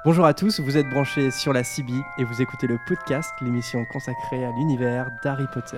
Bonjour à tous, vous êtes branchés sur la CB et vous écoutez le podcast, l'émission consacrée à l'univers d'Harry Potter.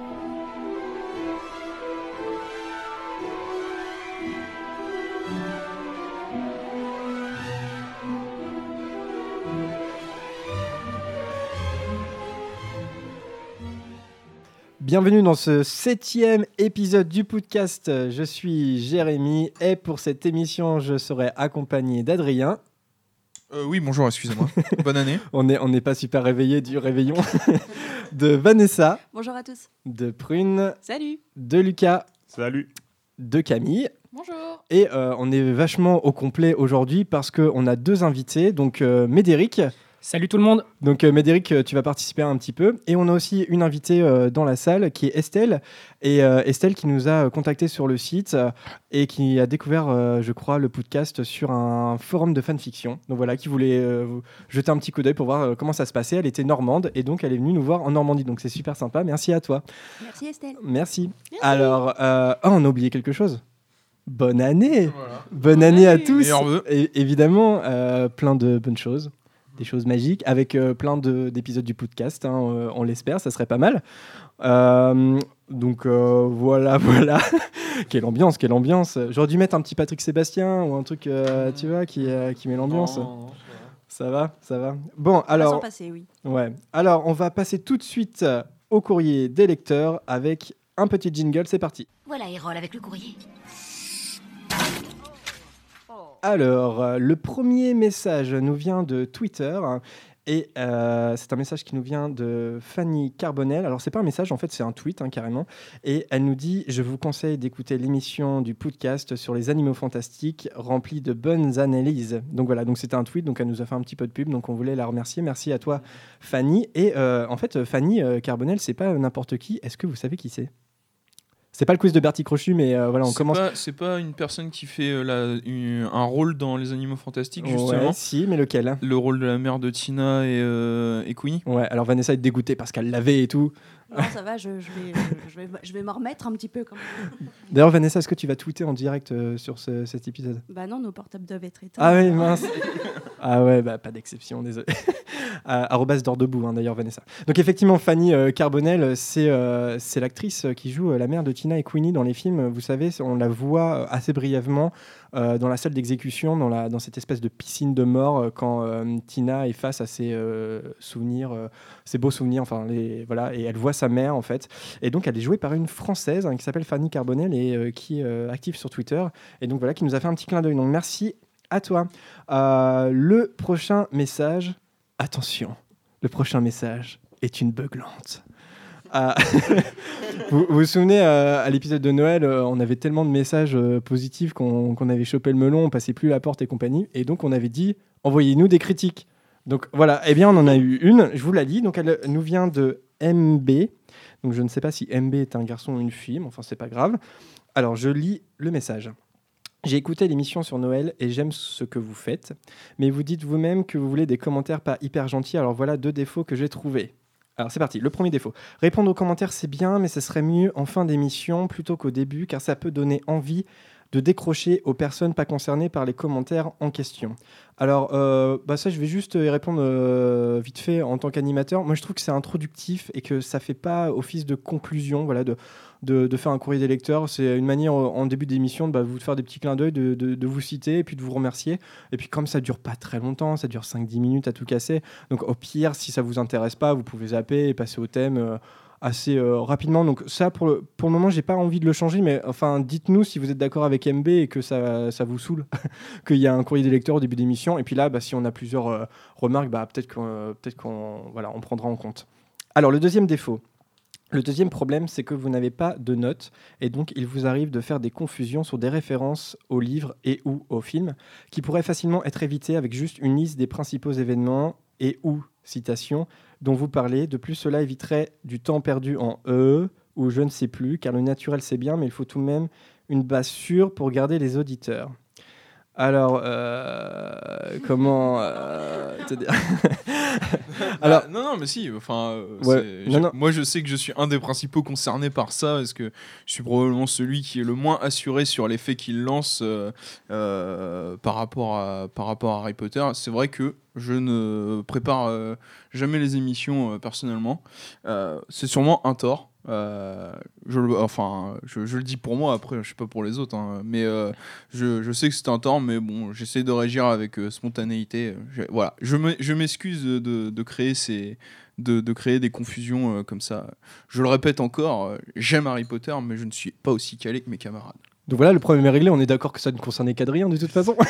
Bienvenue dans ce 7e épisode du podcast. Je suis Jérémy et pour cette émission, je serai accompagné d'Adrien. Oui, bonjour, excusez-moi. Bonne année. On n'est pas super réveillés du réveillon. De Vanessa. Bonjour à tous. De Prune. Salut. De Lucas. Salut. De Camille. Bonjour. Et on est vachement au complet aujourd'hui parce qu'on a deux invités. Donc Médéric. Salut tout le monde. Donc Médéric, tu vas participer un petit peu. Et on a aussi une invitée dans la salle qui est Estelle. Et Estelle qui nous a contacté sur le site et qui a découvert, je crois, le podcast sur un forum de fanfiction. Donc voilà, qui voulait jeter un petit coup d'œil pour voir comment ça se passait. Elle était normande et donc elle est venue nous voir en Normandie. Donc c'est super sympa. Merci à toi. Merci Estelle. Merci. Merci. Alors, on a oublié quelque chose. Bonne année. Voilà. Bonne année à année. tous. Meilleurs vœux. Et évidemment, plein de bonnes choses. Des choses magiques, avec plein d'épisodes du podcast, hein, on l'espère, ça serait pas mal. Donc voilà. Quelle ambiance. J'aurais dû mettre un petit Patrick Sébastien ou un truc, tu vois, qui met l'ambiance. Non, Ça va. Bon, On va alors, s'en passer, oui. ouais. Alors, on va passer tout de suite au courrier des lecteurs avec un petit jingle, c'est parti. Voilà Erol avec le courrier. Alors, le premier message nous vient de Twitter et c'est un message qui nous vient de Fanny Carbonel. Alors, c'est pas un message, en fait, c'est un tweet carrément. Et elle nous dit « Je vous conseille d'écouter l'émission du podcast sur les animaux fantastiques remplie de bonnes analyses. » Donc voilà, donc c'était un tweet, donc elle nous a fait un petit peu de pub, donc on voulait la remercier. Merci à toi, Fanny. Et en fait, Fanny Carbonel, c'est pas n'importe qui. Est-ce que vous savez qui c'est ? C'est pas le quiz de Bertie Crochu, mais voilà, on commence. C'est pas une personne qui fait un rôle dans Les Animaux Fantastiques, justement. Ouais, si, mais lequel ? Le rôle de la mère de Tina et Queenie. Ouais, alors Vanessa est dégoûtée parce qu'elle l'avait et tout. Non, ça va, je vais m'en remettre un petit peu quand même. D'ailleurs, Vanessa, est-ce que tu vas tweeter en direct sur cet épisode ? Bah non, nos portables doivent être éteints. Ah oui, mince. Ah ouais, bah pas d'exception, désolé. Arrobas d'or debout, d'ailleurs, Vanessa. Donc effectivement, Fanny Carbonel, c'est l'actrice qui joue la mère de Tina et Queenie dans les films. Vous savez, on la voit assez brièvement dans la salle d'exécution, dans cette espèce de piscine de mort, quand Tina est face à ses souvenirs, ses beaux souvenirs, voilà, et elle voit sa mère, en fait. Et donc, elle est jouée par une Française qui s'appelle Fanny Carbonel et qui est active sur Twitter. Et donc, voilà, qui nous a fait un petit clin d'œil. Donc, merci à toi. Le prochain message... Attention, le prochain message est une beuglante. Vous vous souvenez, à l'épisode de Noël, on avait tellement de messages positifs qu'on avait chopé le melon, on passait plus la porte et compagnie. Et donc, on avait dit, envoyez-nous des critiques. Donc, voilà. Eh bien, on en a eu une. Je vous la lis. Donc, elle nous vient de MB. Donc, je ne sais pas si MB est un garçon ou une fille, mais enfin, c'est pas grave. Alors, je lis le message. J'ai écouté l'émission sur Noël et j'aime ce que vous faites, mais vous dites vous-même que vous voulez des commentaires pas hyper gentils, alors voilà 2 défauts que j'ai trouvés. Alors c'est parti, le premier défaut. Répondre aux commentaires c'est bien, mais ce serait mieux en fin d'émission plutôt qu'au début, car ça peut donner envie de décrocher aux personnes pas concernées par les commentaires en question. Alors, ça, je vais juste y répondre vite fait en tant qu'animateur. Moi, je trouve que c'est introductif et que ça fait pas office de conclusion, voilà, de faire un courrier des lecteurs. C'est une manière, en début d'émission, de vous faire des petits clins d'œil, de vous citer et puis de vous remercier. Et puis, comme ça dure pas très longtemps, ça dure 5-10 minutes à tout casser. Donc, au pire, si ça vous intéresse pas, vous pouvez zapper et passer au thème assez rapidement. Donc ça, pour le moment, j'ai pas envie de le changer, mais enfin, dites-nous si vous êtes d'accord avec MB et que ça vous saoule, qu'il y a un courrier des lecteurs au début d'émission. Et puis là, si on a plusieurs remarques, peut-être on prendra en compte. Alors, le deuxième défaut. Le deuxième problème, c'est que vous n'avez pas de notes et donc il vous arrive de faire des confusions sur des références aux livres et ou aux films qui pourraient facilement être évitées avec juste une liste des principaux événements et ou citations dont vous parlez. De plus, cela éviterait du temps perdu en ou je ne sais plus, car le naturel c'est bien, mais il faut tout de même une base sûre pour garder les auditeurs. Alors, comment te dire Alors- non, mais si. Enfin, Ouais, non. moi, je sais que je suis un des principaux concernés par ça, parce que je suis probablement celui qui est le moins assuré sur les faits qu'il lance par rapport à Harry Potter. C'est vrai que je ne prépare jamais les émissions personnellement. C'est sûrement un tort. Je le dis pour moi, après je sais pas pour les autres, hein, mais je sais que c'est un tort, mais bon, j'essaie de réagir avec spontanéité. Voilà, je m'excuse de créer de créer des confusions comme ça. Je le répète encore, j'aime Harry Potter, mais je ne suis pas aussi calé que mes camarades. Donc voilà, le problème est réglé. On est d'accord que ça ne concernait qu'Adrien de toute façon.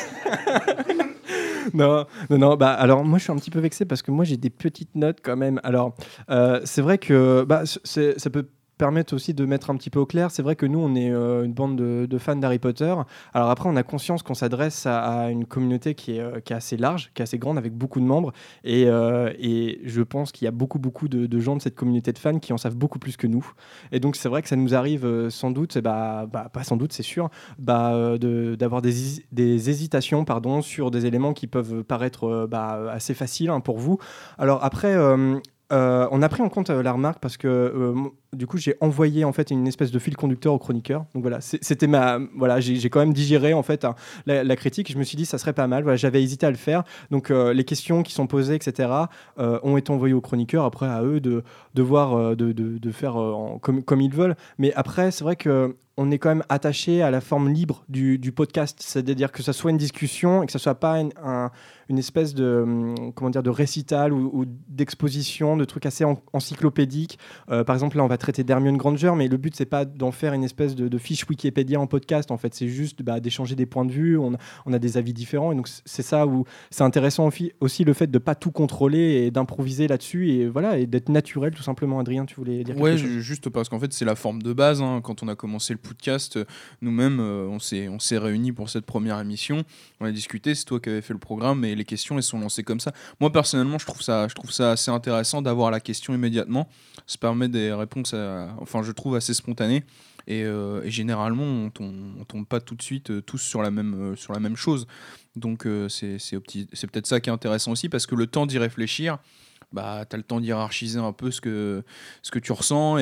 Non. Bah alors moi je suis un petit peu vexé parce que moi j'ai des petites notes quand même. Alors c'est vrai que ça peut permettre aussi de mettre un petit peu au clair. C'est vrai que nous on est une bande de fans d'Harry Potter. Alors après on a conscience qu'on s'adresse à une communauté qui est assez large, qui est assez grande avec beaucoup de membres et je pense qu'il y a beaucoup de gens de cette communauté de fans qui en savent beaucoup plus que nous. Et donc c'est vrai que ça nous arrive sans doute, pas sans doute c'est sûr, d'avoir des hésitations sur des éléments qui peuvent paraître assez faciles pour vous. Alors après, on a pris en compte la remarque parce que du coup j'ai envoyé en fait une espèce de fil conducteur au chroniqueur. Donc voilà, c'était j'ai quand même digéré en fait la critique. Je me suis dit ça serait pas mal. Voilà, j'avais hésité à le faire. Donc les questions qui sont posées, etc. Ont été envoyées au chroniqueur. Après à eux de voir de faire comme ils veulent. Mais après c'est vrai que on est quand même attaché à la forme libre du podcast, c'est-à-dire que ça soit une discussion et que ça soit pas une espèce de récital ou d'exposition, de trucs assez encyclopédiques. Par exemple, là, on va traiter d'Hermione Granger, mais le but, c'est pas d'en faire une espèce de fiche Wikipédia en podcast. En fait, c'est juste d'échanger des points de vue. On a des avis différents. Et donc, c'est ça où c'est intéressant aussi le fait de pas tout contrôler et d'improviser là-dessus et d'être naturel, tout simplement. Adrien, tu voulais dire quelque chose ? Juste parce qu'en fait, c'est la forme de base. Quand on a commencé le podcast, nous-mêmes, on s'est réunis pour cette première émission. On a discuté, c'est toi qui avais fait le programme et les questions elles sont lancées comme ça. Moi personnellement, je trouve ça assez intéressant d'avoir la question immédiatement. Ça permet des réponses, je trouve assez spontanées. Et généralement, on tombe pas tout de suite tous sur la même chose. Donc c'est peut-être ça qui est intéressant aussi, parce que le temps d'y réfléchir, t'as le temps d'hierarchiser un peu ce que tu ressens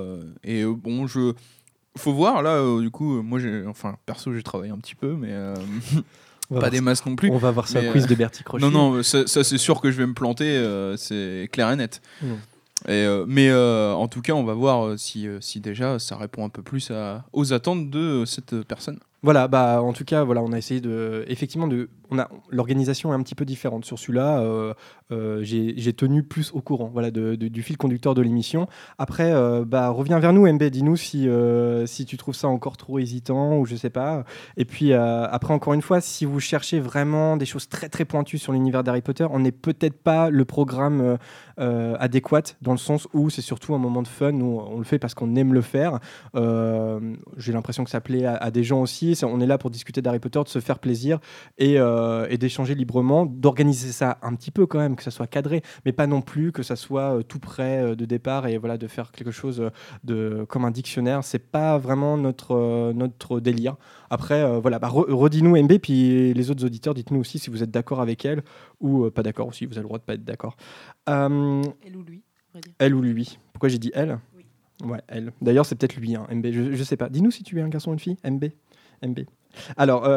faut voir là du coup moi perso j'ai travaillé un petit peu mais pas des masses non plus. On va voir ça au quiz de Bertie Crochet. Non, ça c'est sûr que je vais me planter, c'est clair et net. Mais en tout cas, on va voir si déjà ça répond un peu plus aux attentes de cette personne. Voilà, en tout cas, on a essayé l'organisation est un petit peu différente sur celui-là. J'ai tenu plus au courant, du fil conducteur de l'émission. Après, reviens vers nous, MB, dis-nous si tu trouves ça encore trop hésitant ou je sais pas. Et puis après, encore une fois, si vous cherchez vraiment des choses très très pointues sur l'univers d'Harry Potter, on n'est peut-être pas le programme adéquat, dans le sens où c'est surtout un moment de fun. Nous, on le fait parce qu'on aime le faire. J'ai l'impression que ça plaît à des gens aussi. On est là pour discuter d'Harry Potter, de se faire plaisir et d'échanger librement, d'organiser ça un petit peu quand même, que ça soit cadré, mais pas non plus que ça soit tout près de départ et de faire quelque chose comme un dictionnaire. C'est pas vraiment notre délire. Après, redis-nous MB, puis les autres auditeurs, dites-nous aussi si vous êtes d'accord avec elle ou pas d'accord aussi. Vous avez le droit de pas être d'accord. Elle ou lui, on va dire. Elle ou lui. Pourquoi j'ai dit elle ? Oui. Ouais, elle. D'ailleurs, c'est peut-être lui, MB. Je sais pas. Dis-nous si tu es un garçon ou une fille, MB. Alors,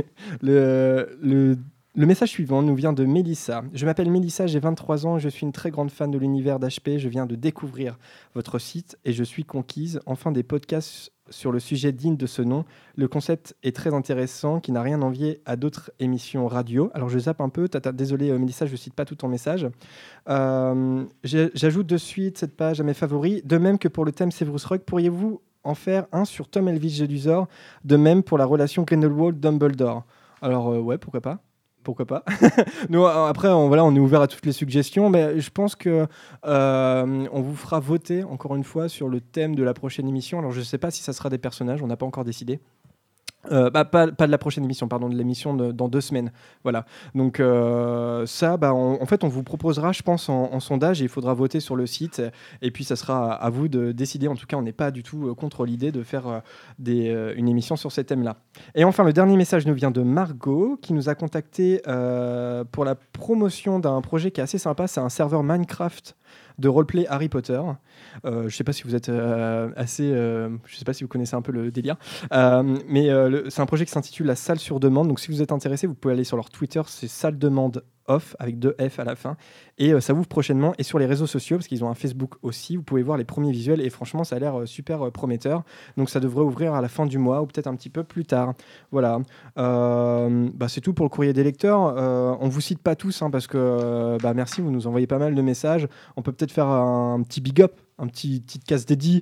le message suivant nous vient de Mélissa. Je m'appelle Mélissa, j'ai 23 ans, je suis une très grande fan de l'univers d'HP. Je viens de découvrir votre site et je suis conquise. Enfin, des podcasts sur le sujet digne de ce nom. Le concept est très intéressant, qui n'a rien envié à d'autres émissions radio. Alors, je zappe un peu. Désolé, Mélissa, je ne cite pas tout ton message. J'ajoute de suite cette page à mes favoris. De même que pour le thème Severus Rogue, pourriez-vous en faire un sur Tom Elvis Jedusor, de même pour la relation Grindelwald-Dumbledore. Alors ouais, pourquoi pas. Nous, après, on est ouvert à toutes les suggestions, mais je pense que on vous fera voter encore une fois sur le thème de la prochaine émission. Alors je ne sais pas si ça sera des personnages, on n'a pas encore décidé. Pas de la prochaine émission, pardon, de l'émission dans 2 semaines. Voilà. Donc ça, en fait, on vous proposera, je pense, en sondage, et il faudra voter sur le site. Et puis, ça sera à vous de décider. En tout cas, on n'est pas du tout contre l'idée de faire une émission sur ces thèmes-là. Et enfin, le dernier message nous vient de Margot, qui nous a contacté pour la promotion d'un projet qui est assez sympa. C'est un serveur Minecraft de roleplay Harry Potter. Je ne sais pas si vous êtes je sais pas si vous connaissez un peu le délire, mais c'est un projet qui s'intitule La Salle sur demande. Donc si vous êtes intéressé, vous pouvez aller sur leur Twitter, c'est Salle Demande Off avec 2 F à la fin, et ça ouvre prochainement, et sur les réseaux sociaux parce qu'ils ont un Facebook aussi, vous pouvez voir les premiers visuels, et franchement ça a l'air super prometteur. Donc ça devrait ouvrir à la fin du mois ou peut-être un petit peu plus tard. Voilà. C'est tout pour le courrier des lecteurs. On vous cite pas tous parce que merci, vous nous envoyez pas mal de messages. On peut peut-être faire un petit big up, petite case dédiée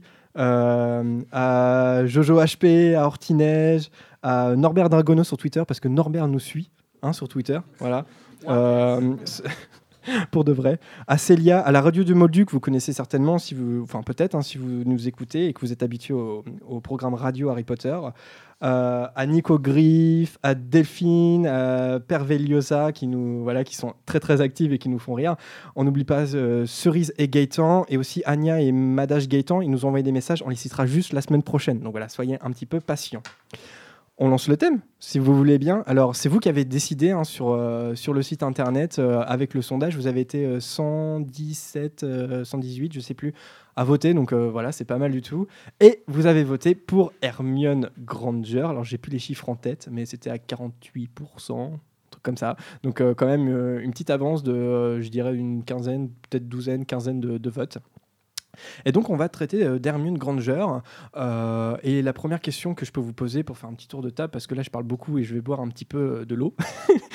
à Jojo HP, à Hortineige, à Norbert Dragono sur Twitter, parce que Norbert nous suit sur Twitter, voilà. Pour de vrai. À Célia, à la radio du Moldu, que vous connaissez certainement, si vous nous écoutez et que vous êtes habitué au programme radio Harry Potter. À Nico Griff, à Delphine, à Perveliosa, qui sont très très actives et qui nous font rire. On n'oublie pas Cerise et Gaëtan, et aussi Anya et Madage Gaëtan. Ils nous ont envoyé des messages, on les citera juste la semaine prochaine. Donc voilà, soyez un petit peu patients. On lance le thème, si vous voulez bien. Alors, c'est vous qui avez décidé sur le site internet, avec le sondage. Vous avez été 117, 118, je ne sais plus, à voter. Donc voilà, c'est pas mal du tout. Et vous avez voté pour Hermione Granger. Alors, j'ai plus les chiffres en tête, mais c'était à 48%, un truc comme ça. Donc, quand même, une petite avance de, je dirais, une quinzaine, peut-être quinzaine de votes. Et donc, on va traiter d'Hermione Granger. Et la première question que je peux vous poser pour faire un petit tour de table, parce que là, je parle beaucoup et je vais boire un petit peu de l'eau.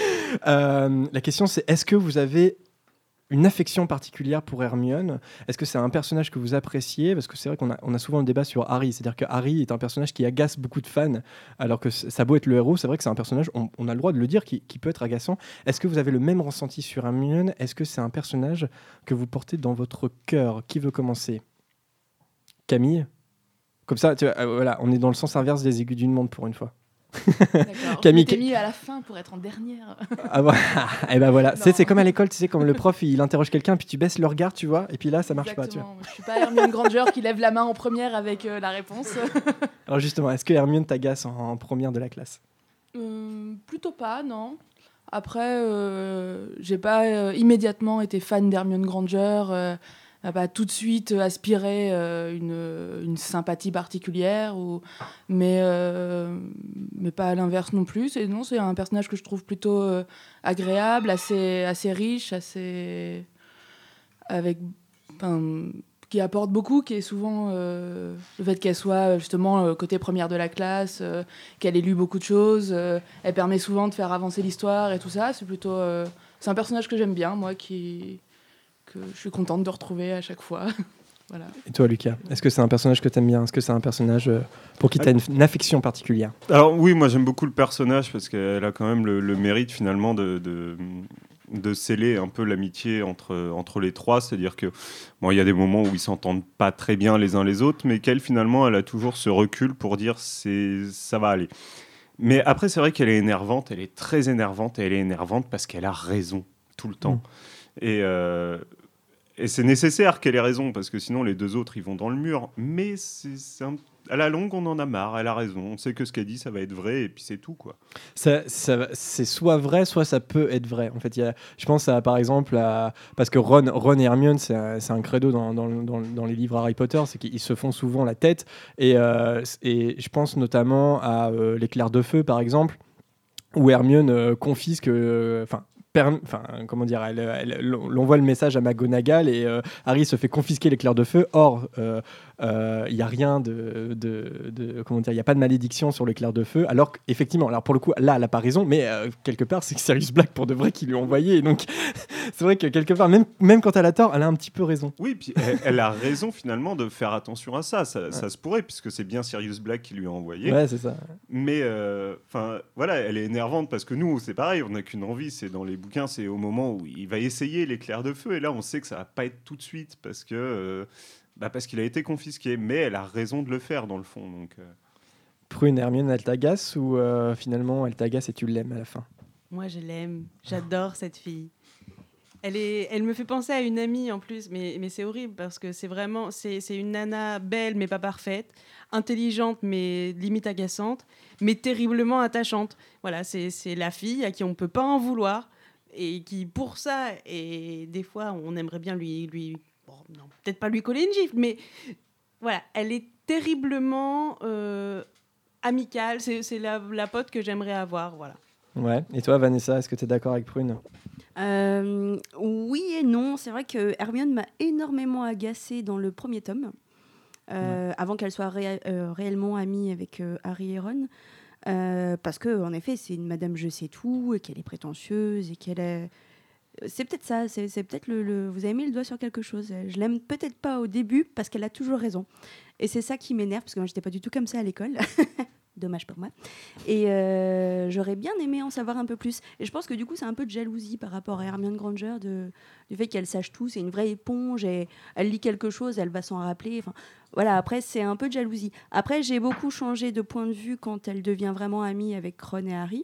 La question, c'est est-ce que vous avez une affection particulière pour Hermione? Est-ce que c'est un personnage que vous appréciez? Parce que c'est vrai qu'on a souvent le débat sur Harry. C'est-à-dire que Harry est un personnage qui agace beaucoup de fans, alors que ça a beau être le héros, c'est vrai que c'est un personnage, on a le droit de le dire, qui peut être agaçant. Est-ce que vous avez le même ressenti sur Hermione? Est-ce que c'est un personnage que vous portez dans votre cœur? Qui veut commencer? Camille? Comme ça, tu vois, voilà, on est dans le sens inverse des aiguilles d'une montre pour une fois. D'accord. Camille, Je m'étais mis à la fin pour être en dernière. Et ben voilà, Non. c'est comme à l'école, tu sais, comme le prof il interroge quelqu'un, puis tu baisses le regard, tu vois, et puis là ça marche pas, tu vois. Exactement. Je suis pas Hermione Granger qui lève la main en première avec la réponse. Alors justement, est-ce que Hermione t'agace en première de la classe? Plutôt pas, non. Après, j'ai pas immédiatement été fan d'Hermione Granger. N'a pas tout de suite aspiré une sympathie particulière, mais pas à l'inverse non plus. C'est un personnage que je trouve plutôt agréable, assez riche, qui apporte beaucoup, qui est souvent le fait qu'elle soit justement côté première de la classe, qu'elle ait lu beaucoup de choses, elle permet souvent de faire avancer l'histoire et tout ça. C'est un personnage que j'aime bien, moi, que je suis contente de retrouver à chaque fois. Voilà. Et toi, Lucas, est-ce que c'est un personnage que tu aimes bien? Est-ce que c'est un personnage pour qui tu as une affection particulière? Alors oui, moi j'aime beaucoup le personnage parce qu'elle a quand même le mérite finalement de sceller un peu l'amitié entre les trois. C'est-à-dire que il y a des moments où ils s'entendent pas très bien les uns les autres, mais qu'elle finalement elle a toujours ce recul pour dire ça va aller. Mais après c'est vrai qu'elle est énervante, elle est très énervante, et elle est énervante parce qu'elle a raison tout le temps. Et c'est nécessaire qu'elle ait raison, parce que sinon les deux autres ils vont dans le mur. Mais à la longue, on en a marre, elle a raison. On sait que ce qu'elle dit, ça va être vrai, et puis c'est tout, quoi. C'est soit vrai, soit ça peut être vrai. En fait, je pense par exemple parce que Ron et Hermione, c'est un credo dans les livres Harry Potter, c'est qu'ils se font souvent la tête. Et je pense notamment à l'éclair de feu, par exemple, où Hermione confisque... comment dire, elle envoie le message à McGonagall, et Harry se fait confisquer l'éclair de feu. Or, il n'y a rien comment dire, il n'y a pas de malédiction sur l'éclair de feu. Alors qu'effectivement, pour le coup, là, elle n'a pas raison, mais quelque part, c'est Sirius Black pour de vrai qui lui a envoyé. Et donc, c'est vrai que quelque part, même quand elle a tort, elle a un petit peu raison. Oui, puis elle a raison finalement de faire attention à ça. Ça se pourrait, puisque c'est bien Sirius Black qui lui a envoyé. Ouais, c'est ça. Mais voilà, elle est énervante parce que nous, c'est pareil, on n'a qu'une envie, c'est dans les bouquins, c'est au moment où il va essayer l'éclair de feu, et là, on sait que ça va pas être tout de suite parce qu'il a été confisqué. Mais elle a raison de le faire dans le fond, donc. Prune, Hermione, elle t'agace ou finalement elle t'agace et tu l'aimes à la fin? Moi, je l'aime. J'adore cette fille. Elle me fait penser à une amie en plus, mais c'est horrible parce que c'est une nana belle mais pas parfaite, intelligente mais limite agaçante, mais terriblement attachante. Voilà, c'est la fille à qui on peut pas en vouloir et qui pour ça, et des fois on aimerait bien bon, non, peut-être pas lui coller une gifle, mais voilà, elle est terriblement amicale. C'est la pote que j'aimerais avoir, voilà. Ouais. Et toi, Vanessa, est-ce que tu es d'accord avec Prune? Oui et non. C'est vrai que Hermione m'a énormément agacée dans le premier tome, avant qu'elle soit réellement amie avec Harry et Ron. Parce que en effet, c'est une Madame Je sais tout et qu'elle est prétentieuse et qu'elle est... C'est peut-être ça. C'est peut-être vous avez mis le doigt sur quelque chose. Je l'aime peut-être pas au début parce qu'elle a toujours raison. Et c'est ça qui m'énerve parce que moi, j'étais pas du tout comme ça à l'école. Dommage pour moi. Et j'aurais bien aimé en savoir un peu plus. Et je pense que du coup, c'est un peu de jalousie par rapport à Hermione Granger, du fait qu'elle sache tout. C'est une vraie éponge. Et elle lit quelque chose, elle va s'en rappeler. Enfin, voilà, après, c'est un peu de jalousie. Après, j'ai beaucoup changé de point de vue quand elle devient vraiment amie avec Ron et Harry.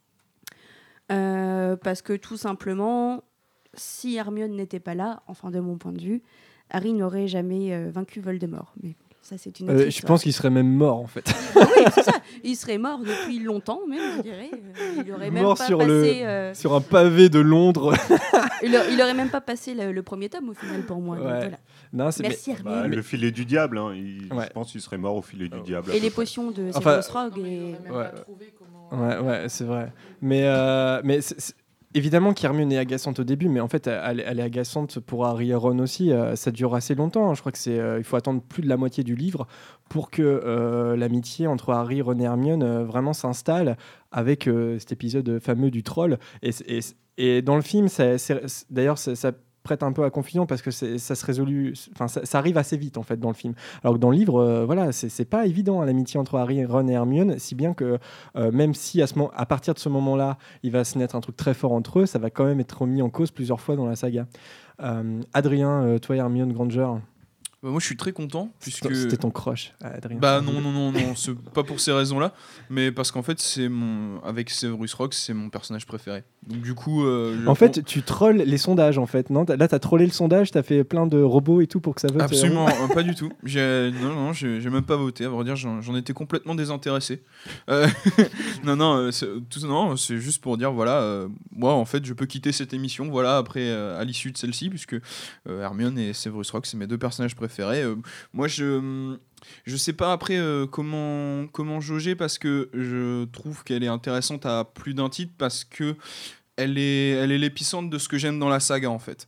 Parce que tout simplement, si Hermione n'était pas là, enfin de mon point de vue, Harry n'aurait jamais vaincu Voldemort. Mais ça, c'est une autre Je histoire. pense qu'il serait même mort en fait. Oui, c'est ça. Il serait mort depuis longtemps, même, je dirais. Il aurait même Mort pas sur passé. sur un pavé de Londres. Il aurait même pas passé le premier tome au final pour moi. Donc, Ouais. voilà. Non, c'est Merci Hermione. Le filet du diable, hein, Ouais. je pense qu'il serait mort au filet du diable. à Et peu les près. potions de Enfin, Severus Rogue. Non, mais il Et... aurait même Ouais. pas trouvé comment... Ouais, c'est vrai. Mais évidemment qu'Hermione est agaçante au début, mais en fait, elle est agaçante pour Harry et Ron aussi. Ça dure assez longtemps. Je crois que il faut attendre plus de la moitié du livre pour que l'amitié entre Harry, Ron et Hermione vraiment s'installe avec cet épisode fameux du troll. Et dans le film, d'ailleurs, ça prête un peu à confusion parce que ça se résolue, enfin ça arrive assez vite en fait dans le film. Alors que dans le livre, voilà, c'est pas évident hein, l'amitié entre Harry, Ron et Hermione, si bien que même si à partir de ce moment-là, il va se naître un truc très fort entre eux, ça va quand même être remis en cause plusieurs fois dans la saga. Adrien, toi et Hermione Granger, Bah, moi, je suis très content puisque c'était ton crush, Adrien. bah non, c'est pas pour ces raisons-là, mais parce qu'en fait, avec Severus Rogue, c'est mon personnage préféré. Donc du coup, En fait, tu trolls les sondages en fait, non? Là, t'as trollé le sondage, t'as fait plein de robots et tout pour que ça vote. absolument pas du tout. J'ai même pas voté. À vrai dire, j'en étais complètement désintéressé. Non, c'est juste pour dire voilà, moi en fait, je peux quitter cette émission. Voilà, après à l'issue de celle-ci, puisque Hermione et Severus Rogue, c'est mes deux personnages préférés. Moi, je sais pas après comment jauger parce que je trouve qu'elle est intéressante à plus d'un titre parce que elle est l'épicentre de ce que j'aime dans la saga en fait.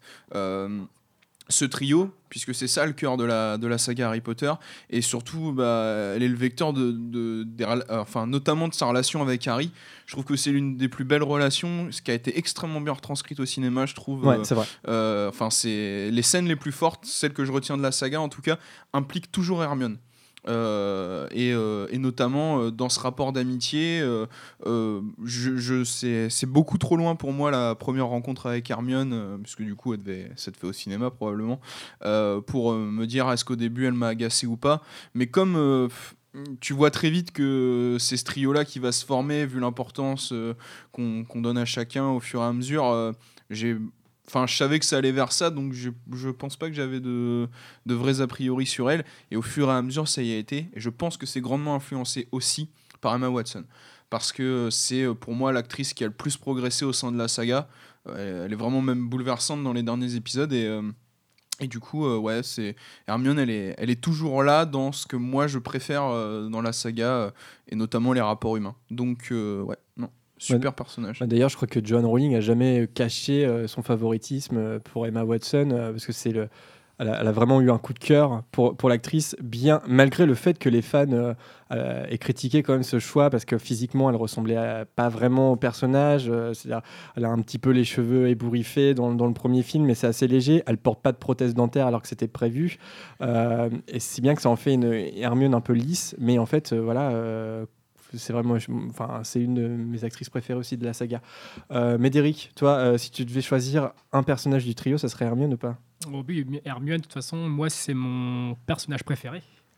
Ce trio, puisque c'est ça le cœur de la saga Harry Potter, et surtout elle est le vecteur notamment de sa relation avec Harry. Je trouve que c'est l'une des plus belles relations, ce qui a été extrêmement bien retranscrite au cinéma, je trouve. Ouais, c'est vrai. C'est les scènes les plus fortes, celles que je retiens de la saga en tout cas, impliquent toujours Hermione. Et notamment dans ce rapport d'amitié, c'est beaucoup trop loin pour moi la première rencontre avec Hermione, puisque du coup ça te fait au cinéma probablement, pour me dire est-ce qu'au début elle m'a agacé ou pas, mais comme tu vois très vite que c'est ce trio-là qui va se former, vu l'importance qu'on donne à chacun au fur et à mesure. Je savais que ça allait vers ça, donc je pense pas que j'avais de vrais a priori sur elle. Et au fur et à mesure, ça y a été. Et je pense que c'est grandement influencé aussi par Emma Watson. Parce que c'est pour moi l'actrice qui a le plus progressé au sein de la saga. Elle est vraiment même bouleversante dans les derniers épisodes. Et du coup, Hermione, elle est toujours là dans ce que moi je préfère dans la saga, et notamment les rapports humains. Donc, super personnage. D'ailleurs, je crois que Joanne Rowling a jamais caché son favoritisme pour Emma Watson parce que elle a vraiment eu un coup de cœur pour l'actrice, bien malgré le fait que les fans aient critiqué quand même ce choix parce que physiquement, elle ressemblait pas vraiment au personnage. C'est-à-dire, elle a un petit peu les cheveux ébouriffés dans le premier film, mais c'est assez léger. Elle porte pas de prothèse dentaire alors que c'était prévu. Et si bien que ça en fait une Hermione un peu lisse, mais en fait, c'est vraiment, c'est une de mes actrices préférées aussi de la saga. Médéric, toi, si tu devais choisir un personnage du trio, ça serait Hermione ou pas? Oh oui, Hermione, de toute façon, moi, c'est mon personnage préféré.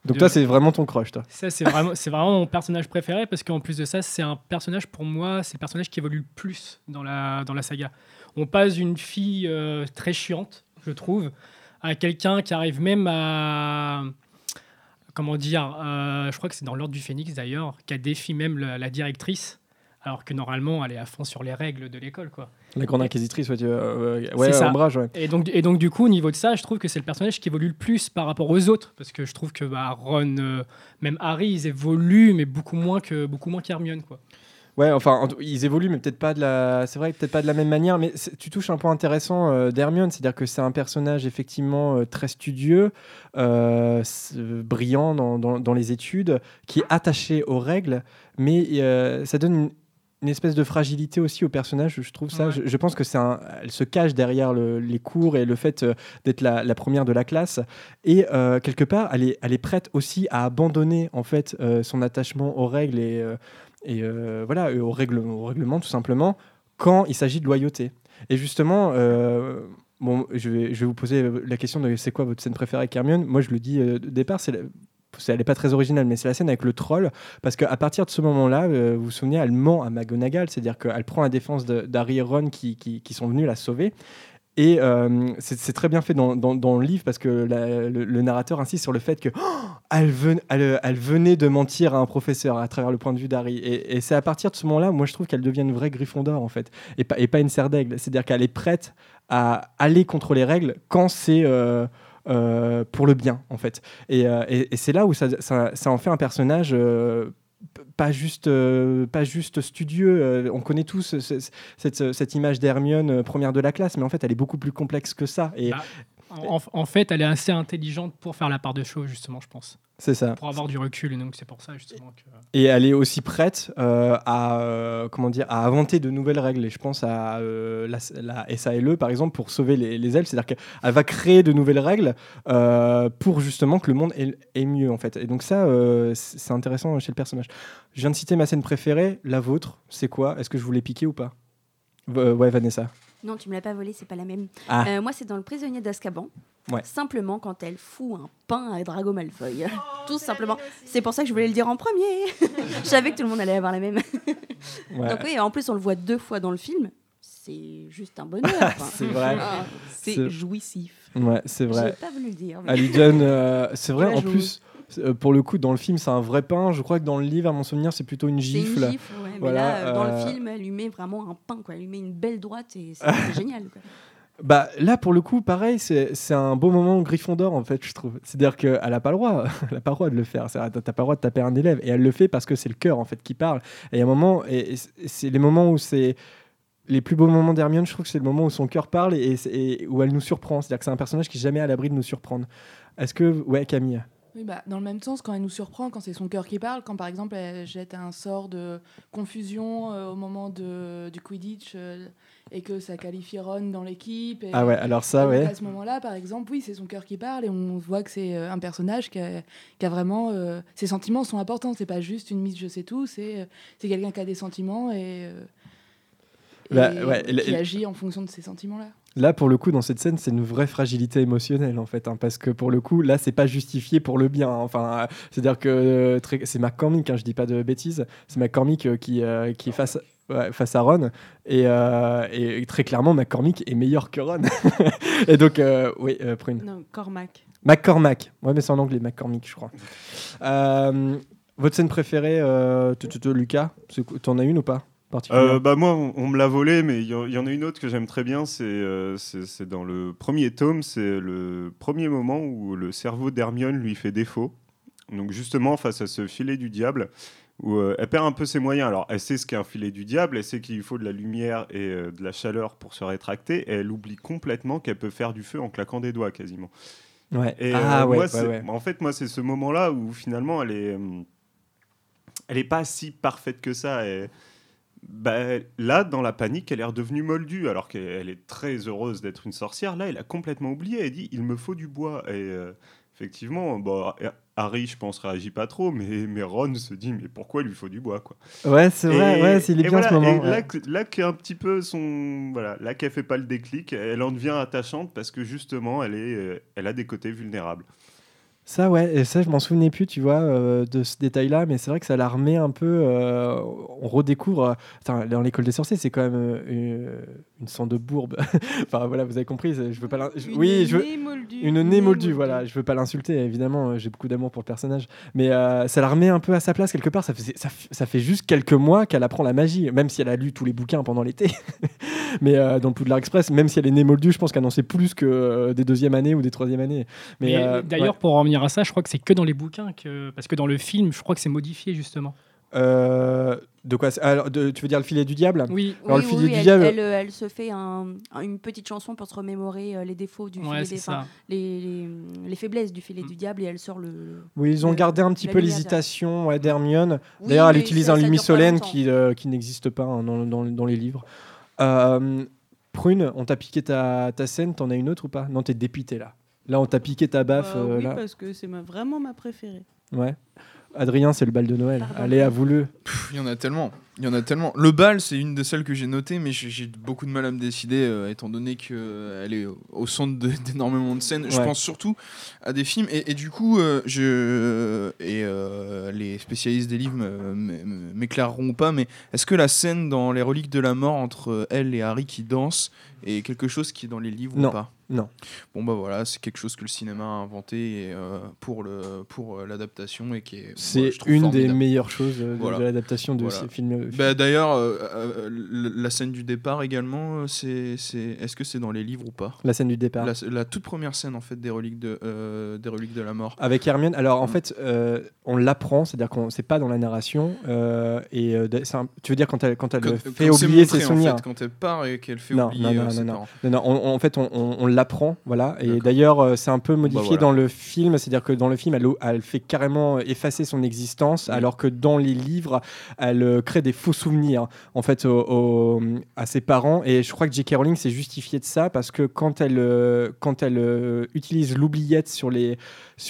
Donc toi, c'est vraiment ton crush, toi. Ça, c'est vraiment mon personnage préféré parce qu'en plus de ça, c'est un personnage, pour moi, c'est le personnage qui évolue le plus dans la saga. On passe d'une fille très chiante, je trouve, à quelqu'un qui arrive même à... Comment dire je crois que c'est dans l'Ordre du Phénix, d'ailleurs, qui défie même la directrice, alors que normalement, elle est à fond sur les règles de l'école, quoi. La grande inquisitrice, ouais, C'est ça. Ombrage, ouais. Et donc, du coup, au niveau de ça, je trouve que c'est le personnage qui évolue le plus par rapport aux autres. Parce que je trouve que Ron, même Harry, ils évoluent, mais beaucoup moins qu'Hermione, quoi. Ouais, enfin, ils évoluent, mais peut-être pas c'est vrai, peut-être pas de la même manière. Mais tu touches un point intéressant d'Hermione, c'est-à-dire que c'est un personnage effectivement très studieux, brillant dans les études, qui est attaché aux règles, mais ça donne une espèce de fragilité aussi au personnage, je trouve ça. Ouais. Je pense que elle se cache derrière les cours et le fait d'être la première de la classe. Et quelque part, elle est prête aussi à abandonner en fait son attachement aux règles et voilà, au règlement tout simplement, quand il s'agit de loyauté. Et justement, je vais vous poser la question de c'est quoi votre scène préférée avec Hermione. Moi, je le dis au départ, elle n'est pas très originale, mais c'est la scène avec le troll, parce qu'à partir de ce moment-là, vous vous souvenez, elle ment à McGonagall, c'est-à-dire qu'elle prend la défense d'Harry et Ron qui sont venus la sauver. Et c'est très bien fait dans le livre, parce que le narrateur insiste sur le fait que elle venait de mentir à un professeur à travers le point de vue d'Harry. Et c'est à partir de ce moment-là, moi je trouve qu'elle devient une vraie Gryffondor en fait, et pas une serre d'aigle. C'est-à-dire qu'elle est prête à aller contre les règles quand c'est pour le bien en fait. Et c'est là où ça en fait un personnage pas juste studieux. On connaît tous cette image d'Hermione première de la classe, mais en fait elle est beaucoup plus complexe que ça. Et en fait, elle est assez intelligente pour faire la part des choses, justement, je pense. C'est ça. Pour avoir du recul, et donc c'est pour ça justement que... Et elle est aussi prête à inventer de nouvelles règles. Et je pense à la SALE, par exemple, pour sauver les elfes. C'est-à-dire qu'elle va créer de nouvelles règles pour justement que le monde est mieux, en fait. Et donc ça, c'est intéressant chez le personnage. Je viens de citer ma scène préférée. La vôtre, c'est quoi ? Est-ce que je vous l'ai piqué ou pas ? Ouais, Vanessa. Non, tu me l'as pas volé, c'est pas la même. Ah. Moi, c'est dans Le Prisonnier d'Azkaban. Ouais. Simplement quand elle fout un pain à Drago Malfoy. Tout simplement. C'est pour ça que je voulais le dire en premier. Je savais que tout le monde allait avoir la même. Ouais. Donc oui, en plus on le voit 2 fois dans le film. C'est juste un bonheur. Enfin. C'est vrai. C'est jouissif. Ouais, c'est vrai. J'ai pas voulu le dire. Mais... Elle lui donne. C'est vrai, La en joue. plus, pour le coup, dans le film, c'est un vrai pain. Je crois que dans le livre, à mon souvenir, c'est plutôt une gifle. C'est une gifle, ouais. Mais Voilà, là, dans le film, elle lui met vraiment un pain, quoi. Elle lui met une belle droite et c'est génial, quoi. Bah, là, pour le coup, pareil, c'est un beau moment Gryffondor, en fait, je trouve. C'est-à-dire qu'elle n'a pas le droit. Elle n'a pas le droit de le faire. T'as pas le droit de taper un élève. Et elle le fait parce que c'est le cœur, en fait, qui parle. Et il y a un moment, et c'est les moments où c'est... Les plus beaux moments d'Hermione, je trouve que c'est le moment où son cœur parle et où elle nous surprend. C'est-à-dire que c'est un personnage qui n'est jamais à l'abri de nous surprendre. Est-ce que... Ouais, Camille. Oui, dans le même sens, quand elle nous surprend, quand c'est son cœur qui parle, quand par exemple elle jette un sort de confusion au moment du Quidditch et que ça qualifie Ron dans l'équipe. Ah ouais, alors ça, et ouais. à ce moment-là, par exemple, oui, c'est son cœur qui parle et on voit que c'est un personnage qui a vraiment... ses sentiments sont importants, c'est pas juste une Miss Je sais tout, c'est quelqu'un qui a des sentiments et qui agit en fonction de ces sentiments-là. Là, pour le coup, dans cette scène, c'est une vraie fragilité émotionnelle, en fait, parce que pour le coup, là, c'est pas justifié pour le bien. Enfin, c'est-à-dire que c'est McCormick, je dis pas de bêtises, c'est McCormick qui est face à Ron, et très clairement, McCormick est meilleur que Ron. Et donc, oui, Prune. Non, Cormac. McCormack, ouais, mais c'est en anglais, McCormick, je crois. Votre scène préférée, Lucas, t'en as une ou pas? Moi, on me l'a volé, mais il y en a une autre que j'aime très bien. C'est dans le premier tome. C'est le premier moment où le cerveau d'Hermione lui fait défaut. Donc justement, face à ce filet du diable, où elle perd un peu ses moyens. Alors, elle sait ce qu'est un filet du diable, elle sait qu'il faut de la lumière et de la chaleur pour se rétracter, et elle oublie complètement qu'elle peut faire du feu en claquant des doigts, quasiment. Ouais. Et en fait, moi, c'est ce moment-là où finalement, elle est pas si parfaite que ça. Là, dans la panique, elle est redevenue moldue, alors qu'elle est très heureuse d'être une sorcière. Là, elle a complètement oublié. Elle dit « il me faut du bois ». Et effectivement, Harry, je pense, réagit pas trop, mais Ron se dit « mais pourquoi il lui faut du bois » quoi. Ouais, c'est vrai, il est bien ce moment. Et là qu'est un petit peu là qu'elle fait pas le déclic, elle en devient attachante parce que justement, elle a des côtés vulnérables. Ça, ouais, et ça, je m'en souvenais plus, tu vois, de ce détail-là, mais c'est vrai que ça la remet un peu. On redécouvre. Dans l'école des sorciers, c'est quand même une sorte de bourbe. Enfin, voilà, vous avez compris. Je veux pas. Une nez moldue, voilà. Je veux pas l'insulter, évidemment. J'ai beaucoup d'amour pour le personnage, mais ça la remet un peu à sa place quelque part. Ça fait juste quelques mois qu'elle apprend la magie, même si elle a lu tous les bouquins pendant l'été. Mais dans le Poudlard Express, même si elle est née moldue, je pense qu'elle en sait plus que des deuxième années ou des troisième années. Mais d'ailleurs, ouais. pour en revenir à ça, je crois que c'est que dans les bouquins parce que dans le film, je crois que c'est modifié justement. De quoi alors, tu veux dire le filet du diable? Oui. Alors, Oui, le filet oui, du elle, diable. elle se fait une petite chanson pour se remémorer les défauts du filet c'est ça. les faiblesses du filet du diable et elle sort le. Oui, ils ont gardé un petit la peu lumière l'hésitation d'Hermione. Oui, D'ailleurs, elle mais utilise ça un dure pas lumisolène longtemps. qui n'existe pas hein, dans les livres. Prune, on t'a piqué ta scène, t'en as une autre ou pas? Non, t'es dépité là. Là, on t'a piqué ta baffe. Oui, là. parce que c'est vraiment ma préférée. Ouais. Adrien, c'est le bal de Noël. Pardon. Allez, avoue-le. Il y en a tellement. Le bal, c'est une de celles que j'ai notées, mais j'ai beaucoup de mal à me décider, étant donné qu'elle est au centre d'énormément de scènes. Je Ouais. pense surtout à des films, et du coup, les spécialistes des livres m'éclaireront ou pas, mais est-ce que la scène dans Les Reliques de la Mort entre elle et Harry qui dansent est quelque chose qui est dans les livres Non. ou pas? Non. Bon bah voilà, c'est quelque chose que le cinéma a inventé pour l'adaptation et qui est C'est je trouve une des formidable. meilleures choses de Voilà. l'adaptation de Voilà. ces films. Bah, d'ailleurs, la scène du départ également, est-ce que c'est dans les livres ou pas? La scène du départ. La toute première scène en fait des reliques de la mort. Avec Hermione, alors en fait, on l'apprend, c'est-à-dire qu'on c'est pas dans la narration. Tu veux dire quand elle fait c'est oublier montré, ses souvenirs? En fait, quand elle part et qu'elle fait Non, oublier ses non. parents. Non, en fait, on l'apprend, voilà. Et D'accord. d'ailleurs, c'est un peu modifié voilà. dans le film, c'est-à-dire que dans le film, elle fait carrément effacer son existence, Oui. alors que dans les livres, elle crée des faux souvenirs, en fait, à ses parents. Et je crois que J.K. Rowling s'est justifiée de ça parce que quand elle utilise l'oubliette sur les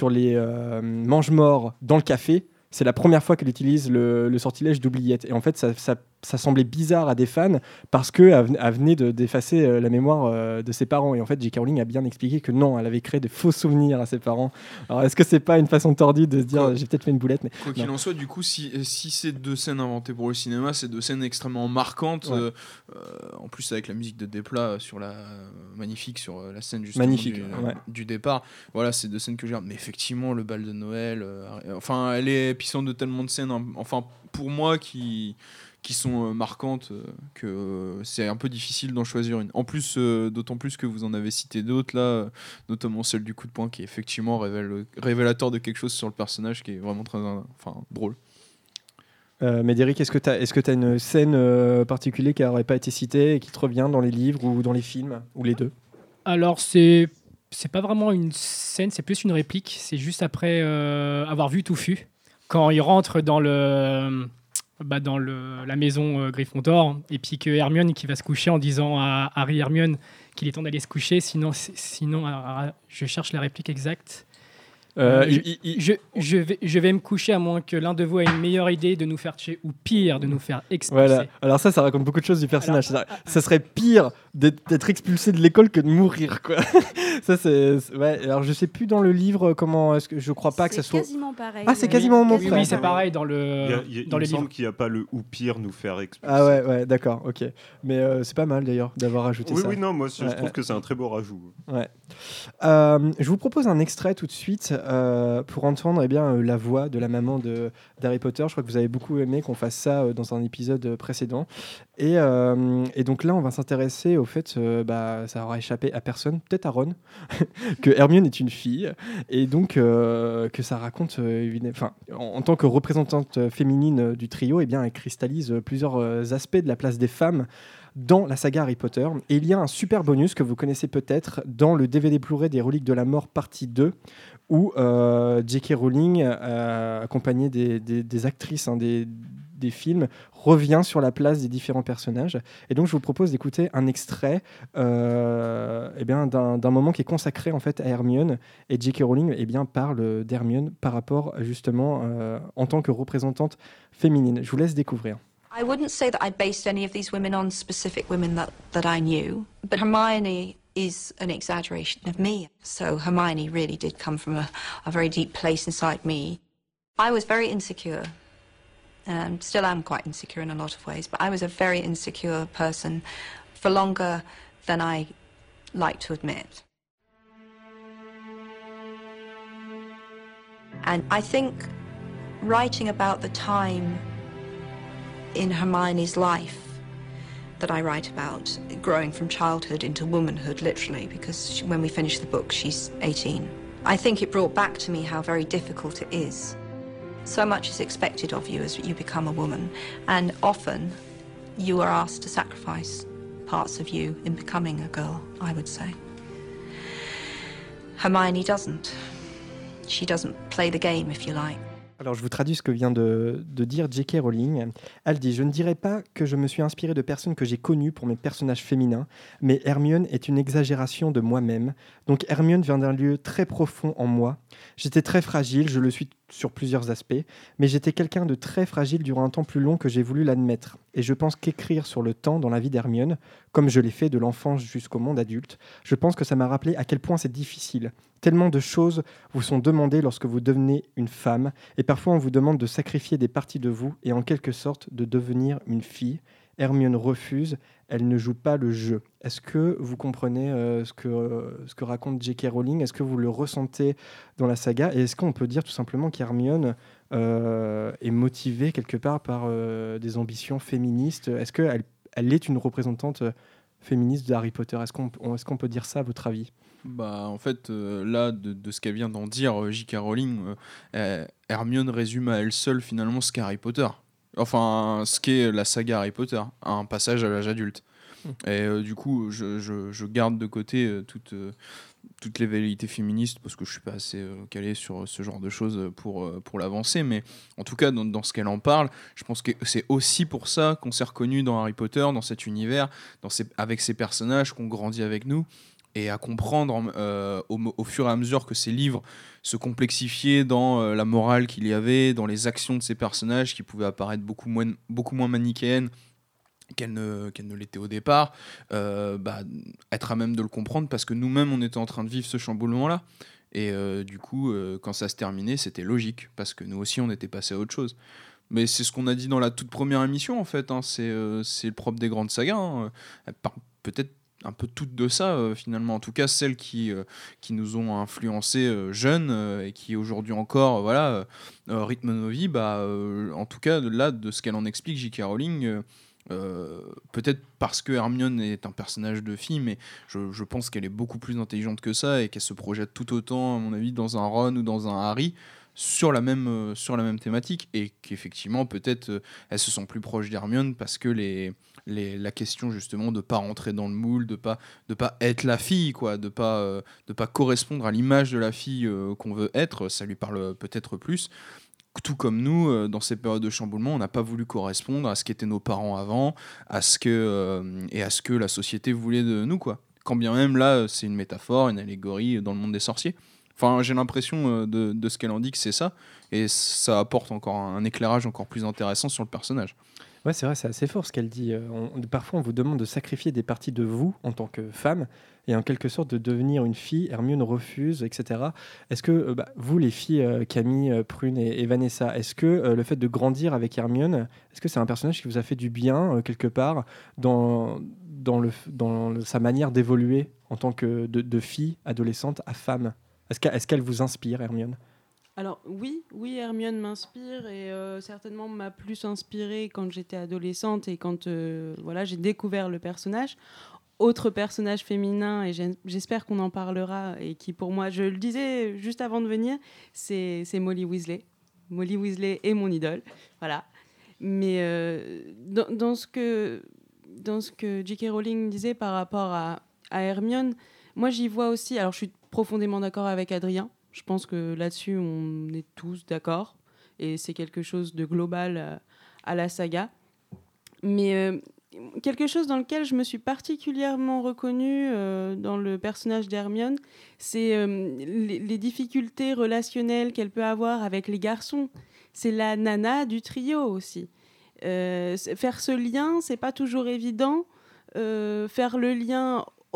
mange-morts dans le café, c'est la première fois qu'elle utilise le sortilège d'oubliette. Et en fait, ça semblait bizarre à des fans parce qu'elle venait d'effacer la mémoire de ses parents. Et en fait, J.K. Rowling a bien expliqué que non, elle avait créé de faux souvenirs à ses parents. Alors, est-ce que c'est pas une façon tordue de se dire j'ai peut-être fait une boulette, mais Quoi qu'il en soit, du coup, si c'est deux scènes inventées pour le cinéma, c'est deux scènes extrêmement marquantes. Ouais. En plus, avec la musique de Desplat magnifique sur la scène justement Magnifique, ouais. du départ. Voilà, c'est deux scènes que je regarde. Mais effectivement, le bal de Noël, enfin, elle est puissante de tellement de scènes. Enfin, pour moi, qui sont marquantes, que c'est un peu difficile d'en choisir une. En plus, d'autant plus que vous en avez cité d'autres là, notamment celle du coup de poing qui effectivement révélateur de quelque chose sur le personnage qui est vraiment très drôle. Médéric, est-ce que tu as une scène particulière qui n'aurait pas été citée et qui te revient dans les livres ou dans les films, ou les deux? Alors, c'est pas vraiment une scène, c'est plus une réplique. C'est juste après avoir vu Touffu, quand il rentre dans la maison Gryffondor, et puis que Hermione qui va se coucher en disant à Harry et Hermione qu'il est temps d'aller se coucher, sinon je cherche la réplique exacte. Je vais me coucher à moins que l'un de vous ait une meilleure idée de nous faire tuer ou pire, de nous faire expulser. Voilà. Alors ça raconte beaucoup de choses du personnage. Ça serait pire d'être expulsé de l'école que de mourir, quoi. Ça c'est ouais. Alors je sais plus dans le livre comment est-ce que je crois pas que ça soit. C'est quasiment pareil. Ah, c'est quasiment mon frère. Oui, c'est pareil dans le Il dans me les semble livres. qu'il n'y a pas le ou pire nous faire expulser. Ah ouais, d'accord, ok. Mais c'est pas mal d'ailleurs d'avoir ajouté ça. Oui, non, moi je Ouais, trouve que c'est un très beau rajout. Ouais. Je vous propose un extrait tout de suite pour entendre la voix de la maman d'Harry Potter. Je crois que vous avez beaucoup aimé qu'on fasse ça dans un épisode précédent. Et donc là, on va s'intéresser au fait, ça aura échappé à personne, peut-être à Ron, que Hermione est une fille. Et donc que ça raconte, en tant que représentante féminine du trio, elle cristallise plusieurs aspects de la place des femmes dans la saga Harry Potter. Et il y a un super bonus que vous connaissez peut-être dans le DVD Blu-ray des Reliques de la Mort partie 2, où J.K. Rowling, accompagnée des actrices des films, revient sur la place des différents personnages. Et donc je vous propose d'écouter un extrait d'un moment qui est consacré en fait à Hermione. Et J.K. Rowling parle d'Hermione par rapport justement en tant que représentante féminine. Je vous laisse découvrir. I wouldn't say that I based any of these women on specific women that I knew, but Hermione is an exaggeration of me. So Hermione really did come from a very deep place inside me. I was very insecure. Still am quite insecure in a lot of ways, but I was a very insecure person for longer than I like to admit. And I think writing about the time in Hermione's life that I write about, growing from childhood into womanhood, literally, because when we finish the book, she's 18. I think it brought back to me how very difficult it is. So much is expected of you as you become a woman, and often you are asked to sacrifice parts of you in becoming a girl, I would say. Hermione doesn't. She doesn't play the game, if you like. Alors, je vous traduis ce que vient de dire J.K. Rowling. Elle dit « Je ne dirais pas que je me suis inspirée de personnes que j'ai connues pour mes personnages féminins, mais Hermione est une exagération de moi-même. Donc Hermione vient d'un lieu très profond en moi. J'étais très fragile, je le suis sur plusieurs aspects, mais j'étais quelqu'un de très fragile durant un temps plus long que j'ai voulu l'admettre. Et je pense qu'écrire sur le temps dans la vie d'Hermione, comme je l'ai fait de l'enfance jusqu'au monde adulte, je pense que ça m'a rappelé à quel point c'est difficile. Tellement de choses vous sont demandées lorsque vous devenez une femme, et parfois on vous demande de sacrifier des parties de vous et en quelque sorte de devenir une fille. Hermione refuse, elle ne joue pas le jeu. Est-ce que vous comprenez ce que raconte J.K. Rowling ? Est-ce que vous le ressentez dans la saga ? Et est-ce qu'on peut dire tout simplement qu'Hermione est motivée quelque part par des ambitions féministes ? Est-ce qu'elle est une représentante féministe d'Harry Potter ? Est-ce qu'on peut dire ça à votre avis ? Bah, en fait, là, de ce qu'elle vient d'en dire, J.K. Rowling, Hermione résume à elle seule finalement ce qu'est Harry Potter. Enfin, ce qu'est la saga Harry Potter, un passage à l'âge adulte. Et du coup, je garde de côté toutes les velléités féministes parce que je suis pas assez calé sur ce genre de choses pour l'avancer. Mais en tout cas, dans ce qu'elle en parle, je pense que c'est aussi pour ça qu'on s'est reconnu dans Harry Potter, dans cet univers, avec ces personnages qu'on grandit avec nous. Et à comprendre au fur et à mesure que ces livres se complexifiaient dans la morale qu'il y avait, dans les actions de ces personnages qui pouvaient apparaître beaucoup moins manichéennes qu'elles ne l'étaient au départ, être à même de le comprendre parce que nous-mêmes on était en train de vivre ce chamboulement-là. Et du coup, quand ça se terminait, c'était logique parce que nous aussi on était passé à autre chose. Mais c'est ce qu'on a dit dans la toute première émission en fait, hein. C'est le propre des grandes sagas, hein. Elles parlent peut-être un peu toutes de ça finalement, en tout cas celles qui nous ont influencés jeunes et qui aujourd'hui encore rythment nos vies, en tout cas là de ce qu'elle en explique, J.K. Rowling, peut-être parce que Hermione est un personnage de fille, mais je pense qu'elle est beaucoup plus intelligente que ça et qu'elle se projette tout autant à mon avis dans un Ron ou dans un Harry sur la même thématique, et qu'effectivement peut-être elles se sent plus proches d'Hermione parce que la question justement de pas rentrer dans le moule, de pas être la fille, quoi, de pas correspondre à l'image de la fille qu'on veut être, ça lui parle peut-être plus. Tout comme nous, dans ces périodes de chamboulement, on n'a pas voulu correspondre à ce qu'étaient nos parents avant, à ce que la société voulait de nous, quoi. Quand bien même là, c'est une métaphore, une allégorie dans le monde des sorciers. Enfin, j'ai l'impression de ce qu'elle en dit que c'est ça, et ça apporte encore un éclairage encore plus intéressant sur le personnage. Ouais, c'est vrai, c'est assez fort ce qu'elle dit. Parfois, on vous demande de sacrifier des parties de vous en tant que femme et en quelque sorte de devenir une fille. Hermione refuse, etc. Est-ce que vous, les filles, Camille, Prune et Vanessa, est-ce que le fait de grandir avec Hermione, est-ce que c'est un personnage qui vous a fait du bien quelque part dans sa manière d'évoluer en tant que de fille, adolescente à femme ? Est-ce qu'elle vous inspire, Hermione ? Alors oui, Hermione m'inspire et certainement m'a plus inspirée quand j'étais adolescente et quand j'ai découvert le personnage. Autre personnage féminin, et j'espère qu'on en parlera, et qui pour moi, je le disais juste avant de venir, c'est Molly Weasley. Molly Weasley est mon idole, voilà. Mais dans ce que J.K. Rowling disait par rapport à Hermione, moi j'y vois aussi, alors je suis profondément d'accord avec Adrien. Je pense que là-dessus, on est tous d'accord. Et c'est quelque chose de global à la saga. Mais quelque chose dans lequel je me suis particulièrement reconnue dans le personnage d'Hermione, c'est les difficultés relationnelles qu'elle peut avoir avec les garçons. C'est la nana du trio aussi. Faire ce lien, c'est pas toujours évident. Faire le lien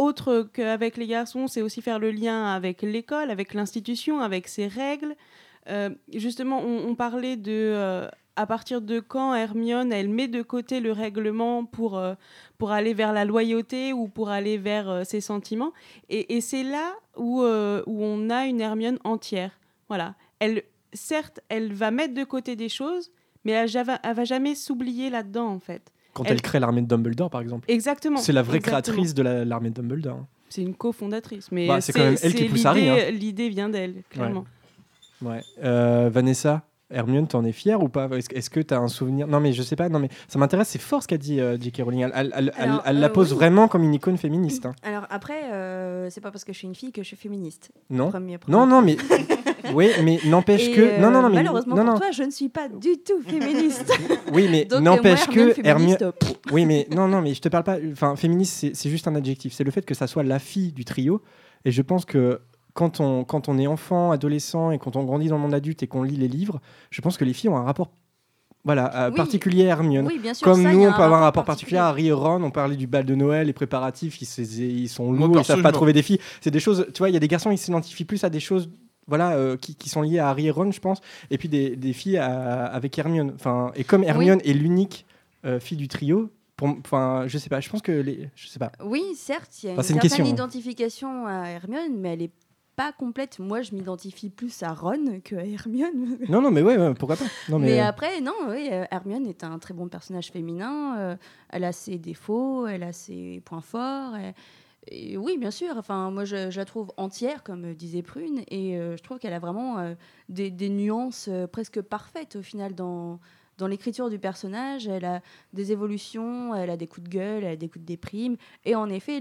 autre qu'avec les garçons, c'est aussi faire le lien avec l'école, avec l'institution, avec ses règles. Justement, on parlait de à partir de quand Hermione, elle met de côté le règlement pour aller vers la loyauté ou pour aller vers ses sentiments. Et c'est là où on a une Hermione entière. Voilà. Certes, elle va mettre de côté des choses, mais elle va jamais s'oublier là-dedans, en fait. Quand elle crée l'armée de Dumbledore, par exemple. Exactement. C'est la vraie créatrice de l'armée de Dumbledore. C'est une cofondatrice, mais c'est quand même elle qui pousse Harry. Hein. L'idée vient d'elle, clairement. Ouais. Vanessa, Hermione, t'en es fière ou pas ? Est-ce que t'as un souvenir ? Non, mais je sais pas. Non, mais ça m'intéresse. C'est fort ce qu'a dit J.K. Rowling. Elle la pose vraiment comme une icône féministe. Hein. Alors après, c'est pas parce que je suis une fille que je suis féministe. Non. Premier. Non, mais oui, mais n'empêche que non, mais malheureusement pour toi, je ne suis pas du tout féministe. Oui, mais donc, n'empêche moi, que Hermione. Oui, mais non, mais je te parle pas. Enfin, féministe, c'est juste un adjectif. C'est le fait que ça soit la fille du trio. Et je pense que quand on est enfant, adolescent et quand on grandit dans le monde adulte et qu'on lit les livres, je pense que les filles ont un rapport particulier à Hermione. Oui, bien sûr, comme ça, nous, on peut avoir un rapport rapport particulier à Harry et Ron. On parlait du bal de Noël, les préparatifs, ils sont lourds, ils savent pas trouver des filles. C'est des choses, tu vois, il y a des garçons, ils s'identifient plus à des choses qui sont liées à Harry et Ron, je pense, et puis des filles avec Hermione. Enfin, et comme Hermione est l'unique fille du trio, je sais pas, je pense que je sais pas. Oui, certes, il y a une certaine certaine question, identification à Hermione, mais elle est pas complète. Moi, je m'identifie plus à Ron que à Hermione. Non, mais ouais, pourquoi pas. Non, mais après, non, oui, Hermione est un très bon personnage féminin. Elle a ses défauts, elle a ses points forts. Et oui, bien sûr. Enfin, moi, je la trouve entière, comme disait Prune, et je trouve qu'elle a vraiment des nuances presque parfaites au final dans l'écriture du personnage. Elle a des évolutions, elle a des coups de gueule, elle a des coups de déprime. Et en effet,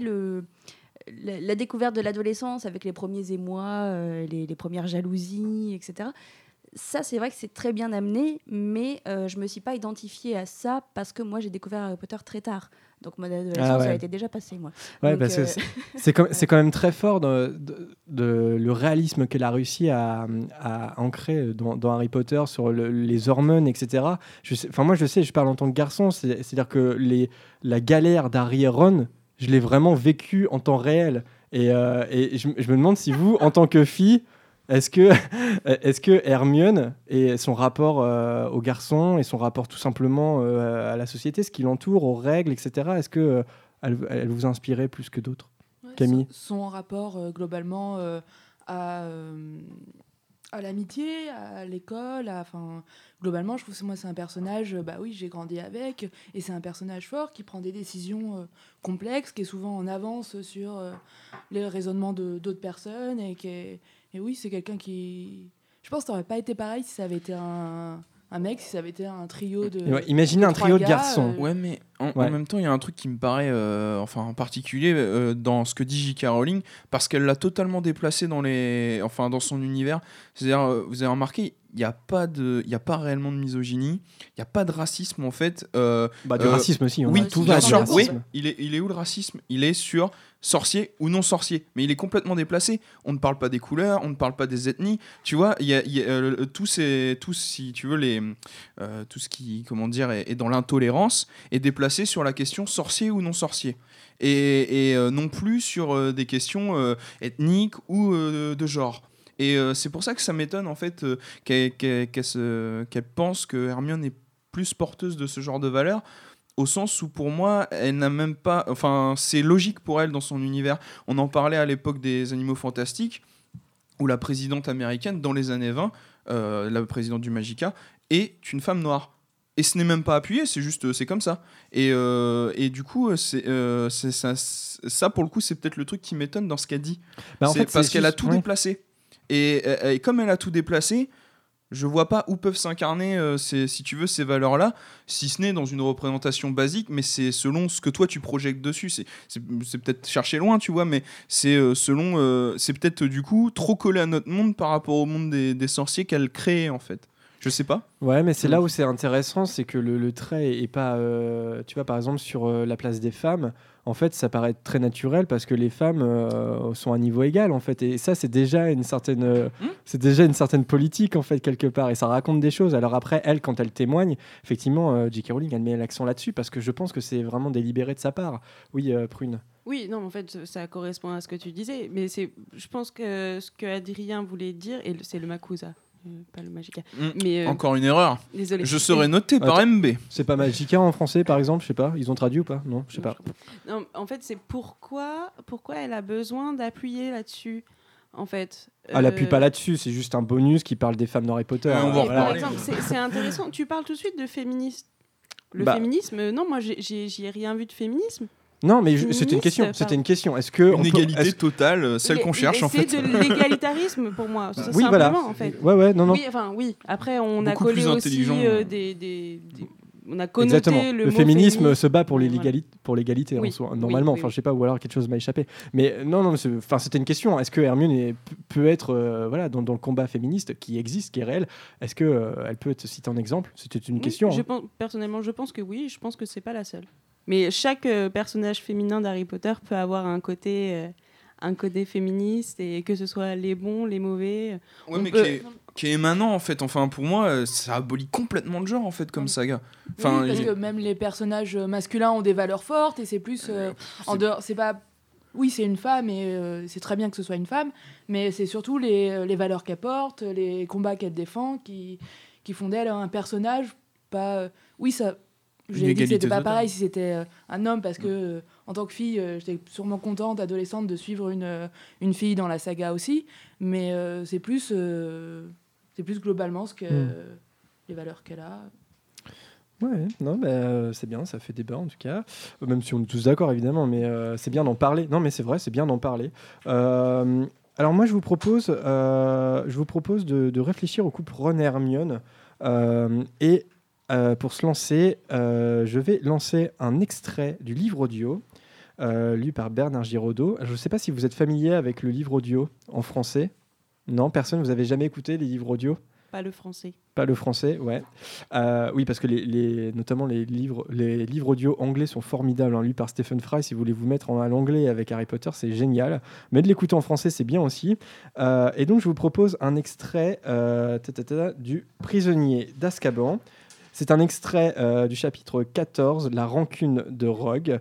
la découverte de l'adolescence avec les premiers émois, les premières jalousies, etc. Ça, c'est vrai que c'est très bien amené, mais je me suis pas identifiée à ça parce que moi, j'ai découvert Harry Potter très tard. Donc, mon adolescence, elle était déjà passée, moi. Ouais, donc, parce que c'est quand même très fort le réalisme qu'elle a réussi à ancrer dans Harry Potter sur les hormones, etc. Moi, je sais, je parle en tant que garçon, c'est-à-dire que la galère d'Harry et Ron, je l'ai vraiment vécu en temps réel. Et je me demande si vous, en tant que fille, est-ce que Hermione et son rapport aux garçons et son rapport tout simplement à la société, ce qui l'entoure, aux règles, etc., est-ce que elle vous inspirait plus que d'autres, Camille ? Son rapport globalement à l'amitié, à l'école, globalement, je trouve que moi c'est un personnage, j'ai grandi avec, et c'est un personnage fort qui prend des décisions complexes, qui est souvent en avance sur les raisonnements d'autres personnes, et oui, c'est quelqu'un qui... Je pense que ça n'aurait pas été pareil si ça avait été un mec, si ça avait été un trio de... imaginez un trio de garçons. Ouais, mais en même temps, il y a un truc qui me paraît en particulier dans ce que dit J.K. Rowling, parce qu'elle l'a totalement déplacé dans son univers. C'est-à-dire, vous avez remarqué, il n'y a pas réellement de misogynie, il n'y a pas de racisme en fait. Du racisme aussi. Oui, tout va sûr. Oui, il est où le racisme ? Il est sur sorcier ou non sorcier, mais il est complètement déplacé. On ne parle pas des couleurs, on ne parle pas des ethnies. Tu vois, il y a si tu veux tout ce qui est dans l'intolérance est déplacé sur la question sorcier ou non sorcier. Et non plus sur des questions ethniques ou de genre. Et c'est pour ça que ça m'étonne en fait qu'elle pense que Hermione est plus porteuse de ce genre de valeurs, au sens où pour moi elle n'a même pas, c'est logique pour elle dans son univers. On en parlait à l'époque des Animaux Fantastiques, où la présidente américaine dans les années 20, la présidente du Magica, est une femme noire. Et ce n'est même pas appuyé, c'est comme ça. Et du coup, ça pour le coup, c'est peut-être le truc qui m'étonne dans ce qu'elle dit. Parce qu'elle a tout déplacé. Et comme elle a tout déplacé, je vois pas où peuvent s'incarner, si tu veux, ces valeurs-là, si ce n'est dans une représentation basique, mais c'est selon ce que toi tu projettes dessus. C'est peut-être chercher loin, tu vois, mais c'est c'est peut-être du coup trop collé à notre monde par rapport au monde des sorciers qu'elle crée en fait. Je sais pas. Ouais, mais c'est là où c'est intéressant, c'est que le trait est pas... tu vois, par exemple, sur la place des femmes, en fait, ça paraît très naturel parce que les femmes sont à niveau égal, en fait. Et ça, c'est déjà une certaine politique, en fait, quelque part. Et ça raconte des choses. Alors après, elle, quand elle témoigne, effectivement, J.K. Rowling, elle met l'accent là-dessus parce que je pense que c'est vraiment délibéré de sa part. Oui, Prune. Oui, non, en fait, ça correspond à ce que tu disais. Mais je pense que ce que Adrien voulait dire, et c'est le Makusa, pas le Magica. Mais, Encore une erreur. Désolé. Je serai noté par MB. C'est pas Magica en français, par exemple, je sais pas. Ils ont traduit ou pas? Non, je sais pas. Non, en fait, c'est pourquoi elle a besoin d'appuyer là-dessus, en fait. Elle appuie pas là-dessus, c'est juste un bonus qui parle des femmes dans Harry Potter. On va en Par reparler. exemple, c'est intéressant. Tu parles tout de suite de féminisme. Le Bah. féminisme, non, moi, j'y ai rien vu de féminisme. Non, mais Féministe, c'était une question. pardon. C'était une question. Est-ce que Une égalité totale, celle qu'on cherche en fait. C'est de l'égalitarisme pour moi, Oui, simplement, voilà. en fait. Ouais, non. Oui. Après, on a Beaucoup collé plus aussi intelligent. on a connoté Exactement. le Le mot féminisme féministe. se bat pour Mais l'égalité en Oui. soi, normalement. Oui. Enfin, je sais pas, ou alors quelque chose m'a échappé. Mais non, c'était une question. Est-ce que Hermione peut être dans le combat féministe qui existe, qui est réel? Est-ce que elle peut être citée en exemple? C'était une Oui, question. Personnellement, je pense que oui. Je pense que c'est pas la seule. Mais chaque personnage féminin d'Harry Potter peut avoir un côté féministe, et que ce soit les bons, les mauvais. Ouais, On mais peut- qui est émanant en fait. Enfin, pour moi, ça abolit complètement le genre en fait comme saga. Enfin, Oui, parce que même les personnages masculins ont des valeurs fortes et c'est plus en dehors. C'est pas. Oui, c'est une femme et c'est très bien que ce soit une femme, mais c'est surtout les valeurs qu'elle porte, les combats qu'elle défend qui font d'elle un personnage pas. Oui, ça. J'ai dit que égalité c'était pas totale. pareil si c'était un homme parce que en tant que fille, j'étais sûrement contente adolescente de suivre une fille dans la saga aussi, mais c'est plus globalement ce que les valeurs qu'elle a. Ouais, non, c'est bien, ça fait débat en tout cas. Même si on est tous d'accord évidemment, mais c'est bien d'en parler. Non, mais c'est vrai, c'est bien d'en parler. Alors moi, je vous propose de réfléchir au couple Ron et Hermione. Et pour se lancer, je vais lancer un extrait du livre audio lu par Bernard Giraudot. Je ne sais pas si vous êtes familier avec le livre audio en français. Non, personne, vous avez jamais écouté les livres audio? Pas le français. Pas le français, ouais. Oui, parce que notamment les livres audio anglais sont formidables, lus par Stephen Fry. Si vous voulez vous mettre à l'anglais avec Harry Potter, c'est génial. Mais de l'écouter en français, c'est bien aussi. Et donc, je vous propose un extrait du Prisonnier d'Azkaban. C'est un extrait du chapitre 14, La rancune de Rogue.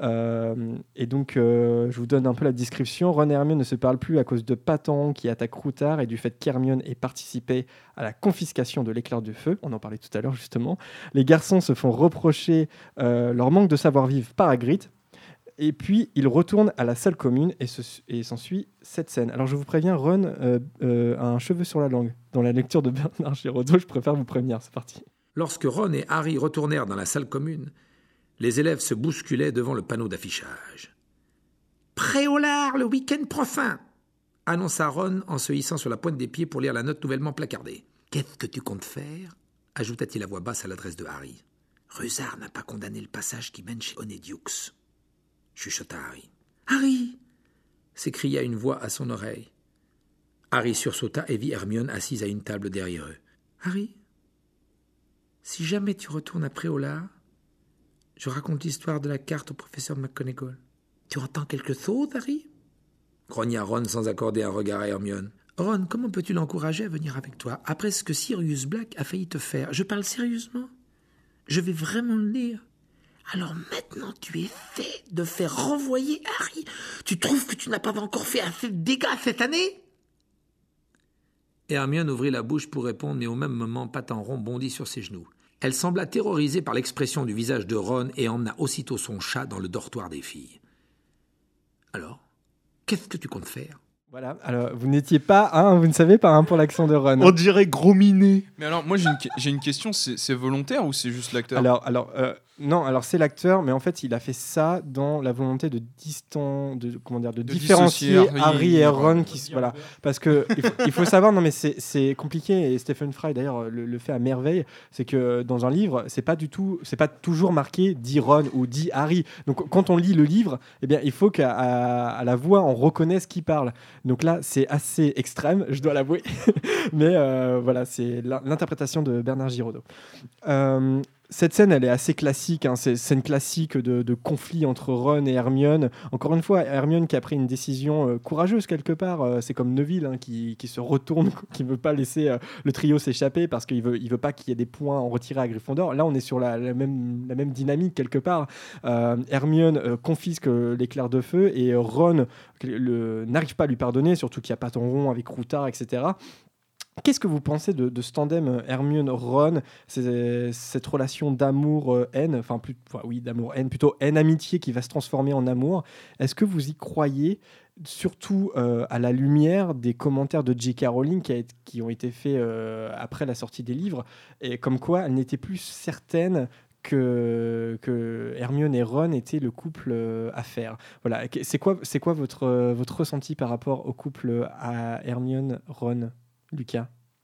Et donc, je vous donne un peu la description. Ron et Hermione ne se parlent plus à cause de Paton qui attaque Routard et du fait qu'Hermione ait participé à la confiscation de l'éclair de feu. On en parlait tout à l'heure, justement. Les garçons se font reprocher leur manque de savoir-vivre par Hagrid. Et puis, ils retournent à la salle commune et s'ensuit cette scène. Alors, je vous préviens, Ron a un cheveu sur la langue. Dans la lecture de Bernard Giraudot, je préfère vous prévenir. C'est parti. Lorsque Ron et Harry retournèrent dans la salle commune, les élèves se bousculaient devant le panneau d'affichage. « Préolard, le week-end prend fin !» annonça Ron en se hissant sur la pointe des pieds pour lire la note nouvellement placardée. « Qu'est-ce que tu comptes faire ?» ajouta-t-il à voix basse à l'adresse de Harry. « Rusard n'a pas condamné le passage qui mène chez Honeydews. » chuchota Harry. « Harry !» s'écria une voix à son oreille. Harry sursauta et vit Hermione assise à une table derrière eux. « Harry, si jamais tu retournes à Préolard, je raconte l'histoire de la carte au professeur McGonagall. Tu entends quelque chose, Harry ?» grogna Ron sans accorder un regard à Hermione. « Ron, comment peux-tu l'encourager à venir avec toi, après ce que Sirius Black a failli te faire? Je parle sérieusement. Je vais vraiment le lire. Alors maintenant, tu es fait de faire renvoyer Harry. Tu trouves que tu n'as pas encore fait assez de dégâts cette année ?» Hermione ouvrit la bouche pour répondre, mais au même moment, Patenron bondit sur ses genoux. Elle sembla terrorisée par l'expression du visage de Ron et emmena aussitôt son chat dans le dortoir des filles. « Alors, qu'est-ce que tu comptes faire ?» Voilà, alors vous n'étiez pas, vous ne savez pas pour l'accent de Ron. On dirait gros minet. Mais alors, moi j'ai une question, c'est volontaire ou c'est juste l'acteur? Non, alors c'est l'acteur, mais en fait il a fait ça dans la volonté de différencier dissocier Harry et Ron, Ron. voilà, parce que il faut savoir, non mais c'est compliqué et Stephen Fry d'ailleurs le fait à merveille, c'est que dans un livre c'est pas toujours marqué dit Ron ou dit Harry. Donc quand on lit le livre, eh bien il faut qu'à la voix on reconnaisse qui parle. Donc là c'est assez extrême, je dois l'avouer, mais voilà c'est l'interprétation de Bernard Giraudot. Cette scène, elle est assez classique. C'est une scène classique de conflit entre Ron et Hermione. Encore une fois, Hermione qui a pris une décision courageuse quelque part. C'est comme Neville qui se retourne, qui ne veut pas laisser le trio s'échapper parce qu'il veut pas qu'il y ait des points en retirés à Gryffondor. Là, on est sur la même dynamique quelque part. Hermione confisque l'éclair de feu et Ron n'arrive pas à lui pardonner, surtout qu'il n'y a pas ton rond avec Routard, etc. Qu'est-ce que vous pensez de ce tandem Hermione-Ron, cette relation d'amour-haine, d'amour-haine, plutôt haine-amitié qui va se transformer en amour? Est-ce que vous y croyez, surtout à la lumière des commentaires de J.K. Rowling qui ont été faits après la sortie des livres, et comme quoi elle n'était plus certaine que Hermione et Ron étaient le couple à faire. Voilà. C'est quoi votre ressenti par rapport au couple à Hermione-Ron, Lucas?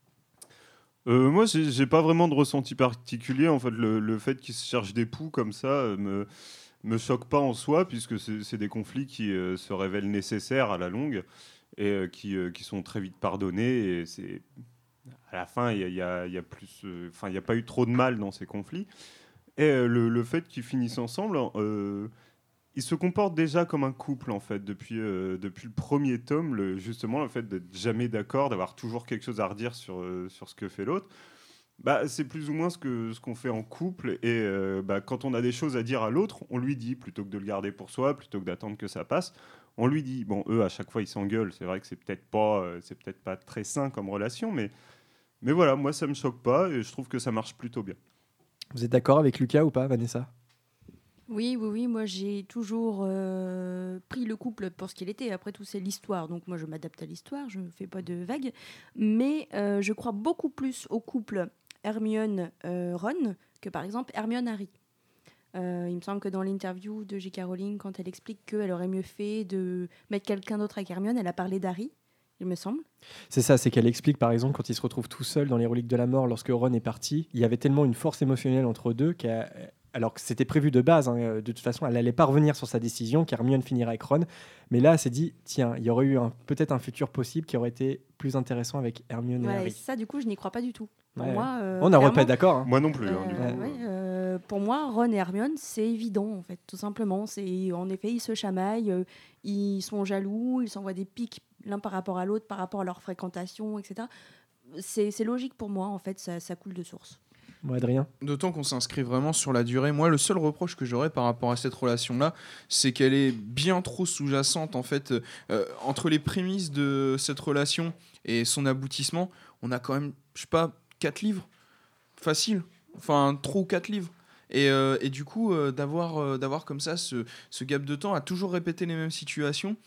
Moi, j'ai pas vraiment de ressenti particulier. En fait, le fait qu'ils se cherchent des poux comme ça me choque pas en soi, puisque c'est des conflits qui se révèlent nécessaires à la longue et qui sont très vite pardonnés. Et à la fin, il y a pas eu trop de mal dans ces conflits. Et le fait qu'ils finissent ensemble, ils se comportent déjà comme un couple, en fait, depuis le premier tome, justement, le fait d'être jamais d'accord, d'avoir toujours quelque chose à redire sur ce que fait l'autre. C'est plus ou moins ce qu'on fait en couple. Et quand on a des choses à dire à l'autre, on lui dit, plutôt que de le garder pour soi, plutôt que d'attendre que ça passe, on lui dit. Bon, eux, à chaque fois, ils s'engueulent. C'est vrai que c'est peut-être pas très sain comme relation, mais voilà, moi, ça me choque pas et je trouve que ça marche plutôt bien. Vous êtes d'accord avec Lucas ou pas, Vanessa? Oui, moi j'ai toujours pris le couple pour ce qu'il était. Après tout, c'est l'histoire, donc moi je m'adapte à l'histoire, je ne fais pas de vagues. Mais je crois beaucoup plus au couple Hermione-Ron que par exemple Hermione-Harry. Il me semble que dans l'interview de J.K. Rowling, quand elle explique qu'elle aurait mieux fait de mettre quelqu'un d'autre avec Hermione, elle a parlé d'Harry, il me semble. C'est ça, c'est qu'elle explique par exemple quand il se retrouve tout seul dans les reliques de la mort lorsque Ron est parti, il y avait tellement une force émotionnelle entre eux deux alors que c'était prévu de base, de toute façon, elle n'allait pas revenir sur sa décision, car Hermione finirait avec Ron. Mais là, elle s'est dit, tiens, il y aurait eu peut-être un futur possible qui aurait été plus intéressant avec Hermione et Harry. Ça, du coup, je n'y crois pas du tout. Pour moi, on n'aurait pas été d'accord. Moi non plus. Pour moi, Ron et Hermione, c'est évident, en fait, tout simplement. En effet, ils se chamaillent, ils sont jaloux, ils s'envoient des pics l'un par rapport à l'autre, par rapport à leur fréquentation, etc. C'est logique pour moi, en fait, ça coule de source. Adrien. D'autant qu'on s'inscrit vraiment sur la durée. Moi, le seul reproche que j'aurais par rapport à cette relation-là, c'est qu'elle est bien trop sous-jacente. En fait, entre les prémices de cette relation et son aboutissement, on a quand même, je sais pas, 4 livres. Facile. Enfin, 3 ou 4 livres. Et du coup, d'avoir comme ça ce gap de temps à toujours répéter les mêmes situations,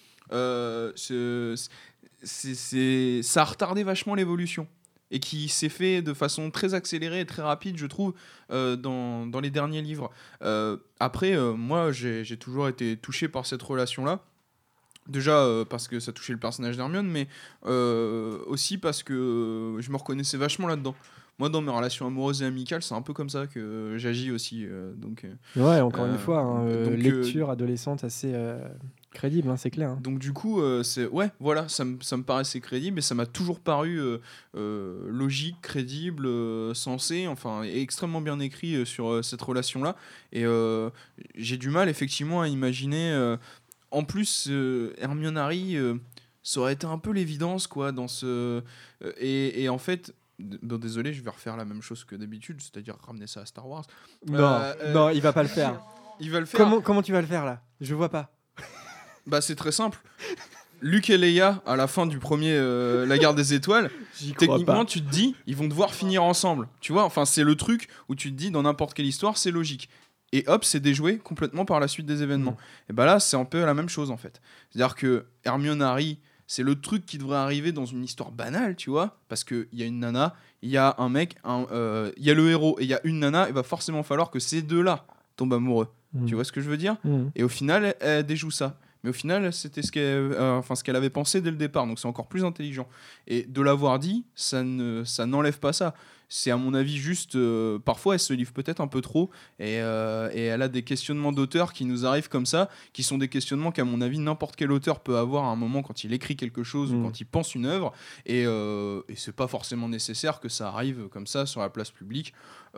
ça a retardé vachement l'évolution. Et qui s'est fait de façon très accélérée et très rapide, je trouve, dans les derniers livres. Après, moi, j'ai toujours été touché par cette relation-là. Déjà parce que ça touchait le personnage d'Hermione, mais aussi parce que je me reconnaissais vachement là-dedans. Moi, dans mes relations amoureuses et amicales, c'est un peu comme ça que j'agis aussi. Ouais, encore une fois, lecture adolescente assez crédible, c'est clair. Donc du coup, ça me paraissait crédible et ça m'a toujours paru logique, crédible, sensé, enfin extrêmement bien écrit sur cette relation-là. Et j'ai du mal effectivement à imaginer. En plus, Hermione Harry, ça aurait été un peu l'évidence, quoi, dans ce. Et en fait. Désolé, je vais refaire la même chose que d'habitude, c'est-à-dire ramener ça à Star Wars. Non, il va pas le faire. Il va le faire. Comment tu vas le faire là? Je vois pas. C'est très simple. Luke et Leia, à la fin du premier La Guerre des Étoiles, techniquement, tu te dis, ils vont devoir finir ensemble. Tu vois, enfin, c'est le truc où tu te dis, dans n'importe quelle histoire, c'est logique. Et hop, c'est déjoué complètement par la suite des événements. Et là, c'est un peu la même chose, en fait. C'est-à-dire que Hermione Harry, c'est le truc qui devrait arriver dans une histoire banale, tu vois, parce qu'il y a une nana, il y a un mec, il y a le héros et il y a une nana, il va forcément falloir que ces deux-là tombent amoureux. Tu vois ce que je veux dire? Et au final, elle déjoue ça. mais au final, c'était ce qu'elle avait pensé dès le départ. Donc c'est encore plus intelligent. Et de l'avoir dit, ça n'enlève pas ça. C'est à mon avis juste, parfois elle se livre peut-être un peu trop et elle a des questionnements d'auteur qui nous arrivent comme ça, qui sont des questionnements qu'à mon avis n'importe quel auteur peut avoir à un moment quand il écrit quelque chose ou quand il pense une œuvre et c'est pas forcément nécessaire que ça arrive comme ça sur la place publique.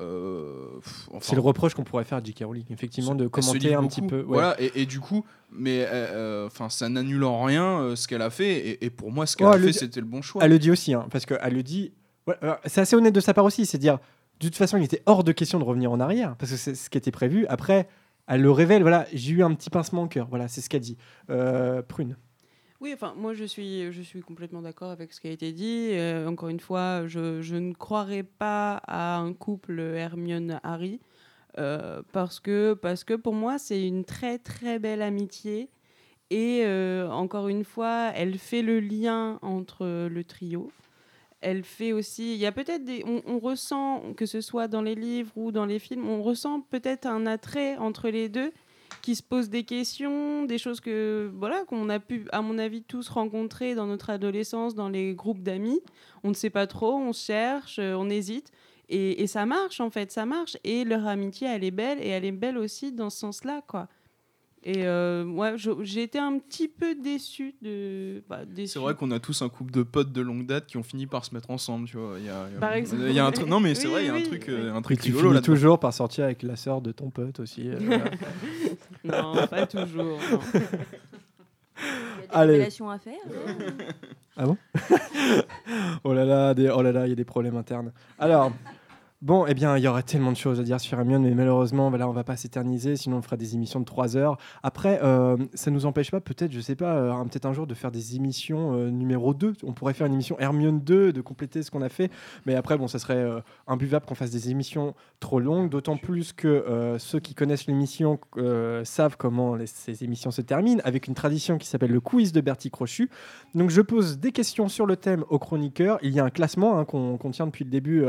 C'est le reproche qu'on pourrait faire à J.K. Rowling, effectivement, de commenter un petit peu. Ouais. Voilà, et du coup, mais ça n'annule en rien ce qu'elle a fait et pour moi ce qu'elle a fait c'était le bon choix. Elle le dit aussi, hein, parce qu'elle le dit. Ouais, c'est assez honnête de sa part aussi, c'est dire de toute façon il était hors de question de revenir en arrière parce que c'est ce qui était prévu. Après elle le révèle, voilà, j'ai eu un petit pincement au cœur, voilà, c'est ce qu'elle dit. Prune. Oui, enfin moi je suis complètement d'accord avec ce qui a été dit. Encore une fois, je ne croirais pas à un couple Hermione-Harry parce que pour moi c'est une très très belle amitié et encore une fois elle fait le lien entre le trio. Elle fait aussi, il y a peut-être on ressent, que ce soit dans les livres ou dans les films, on ressent peut-être un attrait entre les deux qui se posent des questions, des choses qu'on a pu, à mon avis, tous rencontrer dans notre adolescence, dans les groupes d'amis. On ne sait pas trop, on cherche, on hésite. Et ça marche, en fait, ça marche. Et leur amitié, elle est belle, et elle est belle aussi dans ce sens-là, quoi. Et j'ai été un petit peu déçue C'est vrai qu'on a tous un couple de potes de longue date qui ont fini par se mettre ensemble, tu vois. Par exemple. Il y a un truc. Non, mais c'est vrai, il y a un truc Tu rigolo finis là. toujours par sortir avec la sœur de ton pote aussi. Non, pas toujours. Non. Il y a des Allez. révélations à faire. Ah bon? Oh là là, il y a des problèmes internes. Alors. Bon, eh bien, il y aurait tellement de choses à dire sur Hermione, mais malheureusement, voilà, on va pas s'éterniser, sinon on fera des émissions de 3 heures. Après, ça nous empêche pas, peut-être, je sais pas, peut-être un jour de faire des émissions numéro 2. On pourrait faire une émission Hermione 2, de compléter ce qu'on a fait. Mais après, bon, ça serait imbuvable qu'on fasse des émissions trop longues, d'autant plus que ceux qui connaissent l'émission savent comment ces émissions se terminent, avec une tradition qui s'appelle le quiz de Bertie Crochu. Donc, je pose des questions sur le thème aux chroniqueurs. Il y a un classement qu'on tient depuis le début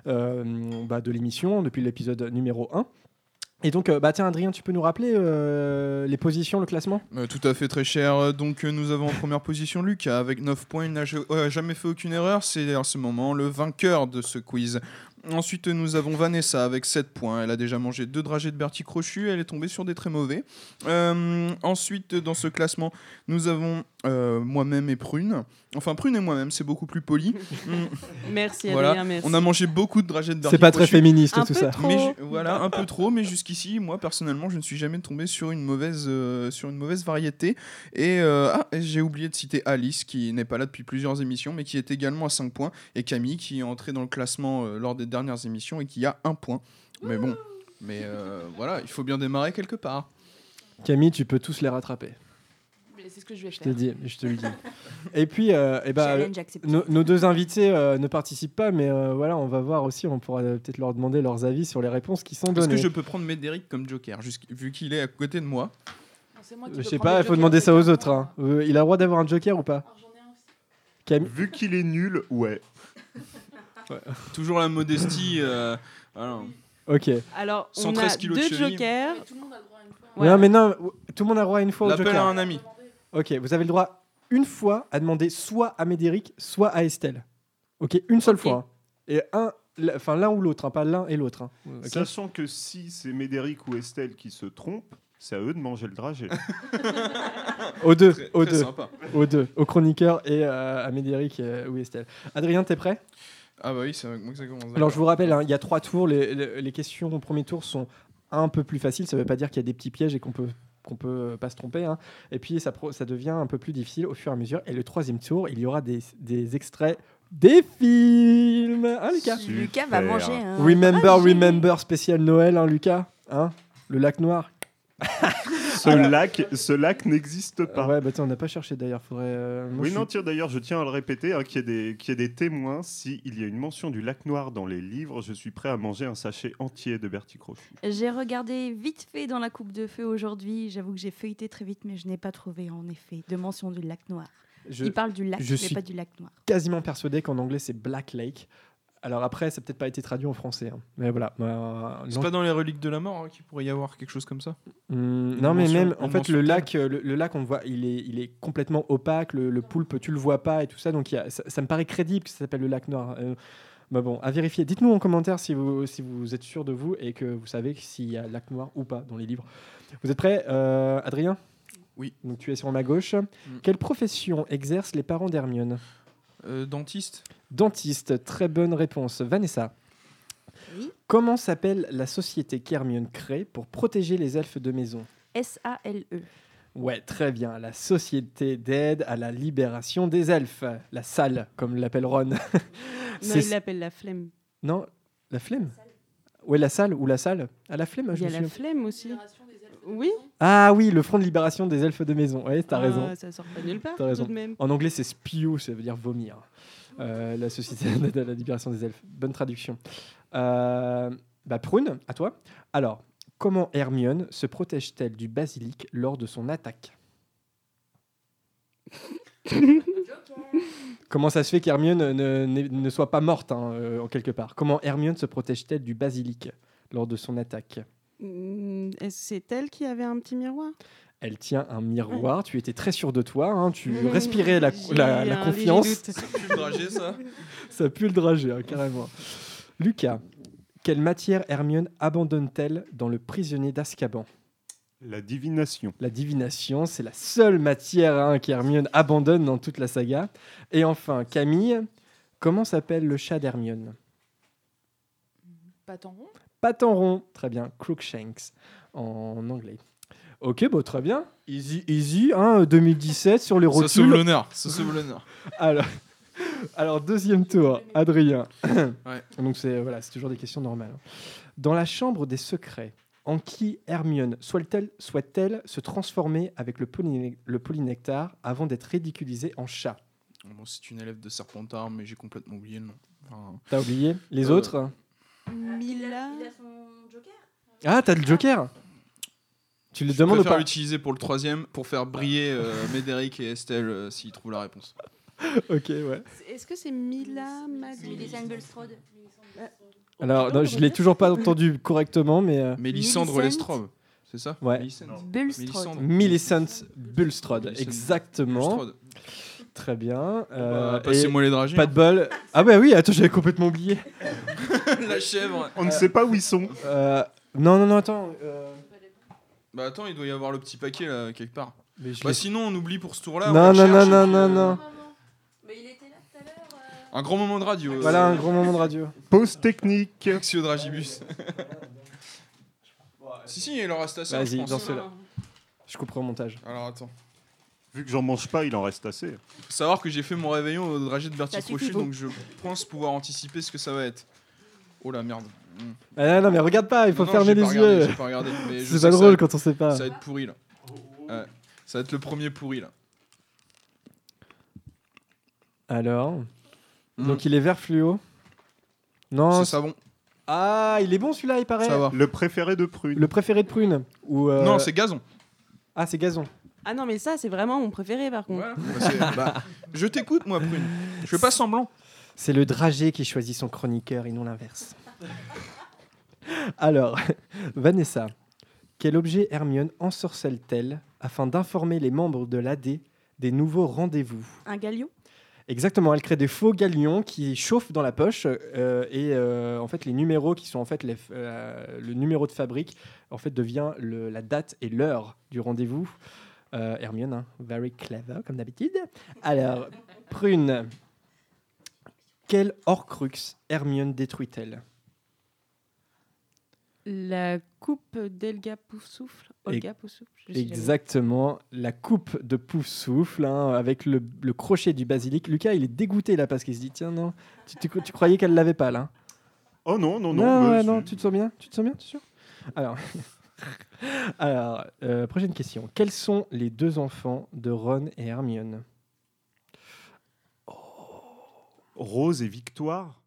de l'émission, depuis l'épisode numéro 1. Et donc, tiens, Adrien, tu peux nous rappeler les positions, le classement ? Tout à fait, très cher. Donc, nous avons en première position Lucas avec 9 points. Il n'a jamais fait aucune erreur. C'est en ce moment le vainqueur de ce quiz. Ensuite, nous avons Vanessa avec 7 points. Elle a déjà mangé 2 dragées de Bertie Crochu. Elle est tombée sur des très mauvais. Ensuite, dans ce classement, nous avons moi-même et Prune. Enfin, Prune et moi-même, c'est beaucoup plus poli. Merci, voilà. Adrien, merci. On a mangé beaucoup de dragées de Bertie Crochu. C'est pas très féministe tout ça. Voilà, un peu trop, mais jusqu'ici, moi, personnellement, je ne suis jamais tombé sur une mauvaise variété. Et j'ai oublié de citer Alice, qui n'est pas là depuis plusieurs émissions, mais qui est également à 5 points. Et Camille, qui est entrée dans le classement lors des dernières émissions et qui a 1 point. Mais bon, voilà, il faut bien démarrer quelque part. Camille, tu peux tous les rattraper. C'est ce que je vais Je faire. je te le dis. Et puis, nos 2 invités ne participent pas, mais voilà, on va voir aussi, on pourra peut-être leur demander leurs avis sur les réponses qui sont données. Est-ce que je peux prendre Médéric comme joker, vu qu'il est à côté de moi? Je sais pas, il faut demander ça aux autres. Hein. Il a le droit d'avoir un joker ou pas? Vu qu'il est nul, ouais. Toujours la modestie. Voilà. Ok. Alors, on 113 a kilos de 2 cheville. jokers. Tout le monde a le droit à une fois. Ouais. Non, mais non, tout le monde a le droit à une fois au L'appel joker. à un ami. Ok, vous avez le droit une fois à demander soit à Médéric, soit à Estelle. Ok, une seule fois. Hein. Et l'un ou l'autre, hein, pas l'un et l'autre. Hein. Okay. Sachant que si c'est Médéric ou Estelle qui se trompent, c'est à eux de manger le dragée. Aux deux, Sympa. aux deux, aux chroniqueurs et à Médéric ou Estelle. Adrien, t'es prêt? Ah bah oui, c'est avec moi que ça commence. Alors je vous rappelle, hein, il y a 3 tours. Les questions au premier tour sont un peu plus faciles. Ça ne veut pas dire qu'il y a des petits pièges et qu'on peut pas se tromper. Hein. Et puis ça devient un peu plus difficile au fur et à mesure. Et le 3e tour, il y aura des extraits des films. Hein, Lucas? Lucas va manger un... Remember spécial Noël, hein, Lucas, hein, le lac noir. Ce lac n'existe pas. Ouais, on n'a pas cherché d'ailleurs. Faudrait. D'ailleurs, je tiens à le répéter, hein, qu'il y ait des témoins. S'il y a une mention du lac noir dans les livres, je suis prêt à manger un sachet entier de Bertie Crochu. J'ai regardé vite fait dans la coupe de feu aujourd'hui. J'avoue que j'ai feuilleté très vite, mais je n'ai pas trouvé en effet de mention du lac noir. Il parle du lac, mais pas du lac noir. Quasiment persuadé qu'en anglais c'est Black Lake. Alors après, ça n'a peut-être pas été traduit en français. Hein. Mais voilà. C'est pas dans les reliques de la mort qu'il pourrait y avoir quelque chose comme ça non, mais mention- même, en une fait, mention le telle. lac, le lac, on le voit, il est complètement opaque. Le poulpe, tu le vois pas et tout ça. Donc ça me paraît crédible que ça s'appelle le lac noir. Bah bon, à vérifier. Dites-nous en commentaire si vous êtes sûr de vous et que vous savez s'il y a lac noir ou pas dans les livres. Vous êtes prêts, Adrien ? Oui. Donc tu es sur ma gauche. Quelle profession exercent les parents d'Hermione ? Dentiste. Dentiste, très bonne réponse. Vanessa. Oui. Comment s'appelle la société qu'Hermione crée pour protéger les elfes de maison ? SALE. Ouais, très bien. La société d'aide à la libération des elfes. La salle, comme l'appelle Ron. Non, C'est- il l'appelle la flemme. Non, la flemme. Ouais, la salle ou la salle. Ah, la flemme, je Il y me a la souviens. flemme aussi. Oui. Ah oui, le Front de libération des elfes de maison. Ouais, t'as raison. Ça sort pas nulle part, T'as raison. tout de même. En anglais, c'est spew, ça veut dire vomir. La société d'aide à la libération des elfes. Bonne traduction. Prune, à toi. Alors, comment Hermione se protège-t-elle du basilic lors de son attaque ? Comment ça se fait qu'Hermione ne soit pas morte, en quelque part ? Comment Hermione se protège-t-elle du basilic lors de son attaque ? Est-ce que c'est elle qui avait un petit miroir? Elle tient un miroir, tu étais très sûr de toi, hein, tu Mmh, respirais la j'ai un confiance. léger doute. Ça pue le dragé, ça. Ça pue le dragé, hein, carrément. Lucas, quelle matière Hermione abandonne-t-elle dans Le Prisonnier d'Azkaban ? La divination. La divination, c'est la seule matière qu'Hermione abandonne dans toute la saga. Et enfin, Camille, comment s'appelle le chat d'Hermione ? Patent rond. Patent rond, très bien, Crookshanks en anglais. Ok, très bien. Easy, 2017 sur les Ça sauve rotules. l'honneur. Ça sauve l'honneur. Alors, deuxième tour, Adrien. Ouais. Donc, c'est toujours des questions normales. Dans la chambre des secrets, en qui Hermione souhaite-t-elle se transformer avec le polynectar avant d'être ridiculisée en chat ? Bon, c'est une élève de Serpentard, mais j'ai complètement oublié le nom. Enfin, T'as oublié les autres ? Mila. Ah, t'as le Joker ? Tu le je demandes ou préfère pas ? l'utiliser pour le troisième, pour faire briller Médéric et Estelle s'ils trouvent la réponse. Ok, ouais. Est-ce que c'est Mila Magui? Millicent Bulstrode. Alors, non, je l'ai toujours pas entendu correctement, mais... Mélissandre Millicent. Lestrade, c'est ça? Ouais. Bulstrode. Millicent Bulstrode, Millicent exactement. Bulstrode. Très bien. Passez-moi les dragées. Pas de bol. Ah bah oui, attends, j'avais complètement oublié. La chèvre. On ne sait pas où ils sont. Non, attends. Bah attends, il doit y avoir le petit paquet là, quelque part. Mais je Bah l'ai- sinon, on oublie pour ce tour-là. Non, on le non, cherche, non, et puis, non. Mais il était là tout à l'heure. Un grand moment de radio. Voilà un gros moment de radio. Pause technique. Axio Dragibus. Si, il en reste assez. Vas-y, je pense. dans ceux-là. Je couperai au montage. Alors attends. Vu que j'en mange pas, il en reste assez. Faut savoir que j'ai fait mon réveillon au dragé de Bertie Ça suffit, Crochu, vous. donc je pense pouvoir anticiper ce que ça va être. Oh la merde. Non, mais regarde pas, il faut Non, fermer j'ai les pas regardé, yeux. j'ai pas regardé, mais je C'est sais pas que drôle quand on sait pas. ça va être pourri là. Ouais. Ça va être le premier pourri là. Alors. Donc il est vert fluo. Non. C'est savon. Ah, il est bon celui-là, il paraît. Ça va. Le préféré de Prune. Le préféré de Prune. Ou, Non, c'est gazon. Ah, c'est gazon. Ah non, mais ça, c'est vraiment mon préféré par contre. Voilà. Je t'écoute, moi, Prune. Je fais pas semblant. C'est le dragé qui choisit son chroniqueur et non l'inverse. Alors, Vanessa, quel objet Hermione ensorcelle-t-elle afin d'informer les membres de l'AD des nouveaux rendez-vous ? Un galion. Exactement, elle crée des faux galions qui chauffent dans la poche en fait les numéros qui sont en fait le numéro de fabrique en fait devient la date et l'heure du rendez-vous. Hermione, very clever comme d'habitude. Alors, Prune, quel Horcrux Hermione détruit-elle ? La coupe d'Elga Poufsouffle. Olga Poufsouffle. je sais jamais. Exactement, la coupe de Poufsouffle avec le crochet du basilic. Lucas, il est dégoûté là parce qu'il se dit tiens non, tu croyais qu'elle l'avait pas là. Oh non. Non, tu te sens bien, tu es sûr ? Alors, prochaine question. Quels sont les deux enfants de Ron et Hermione ? Rose et Victoire.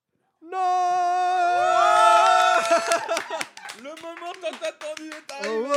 Le moment tant attendu est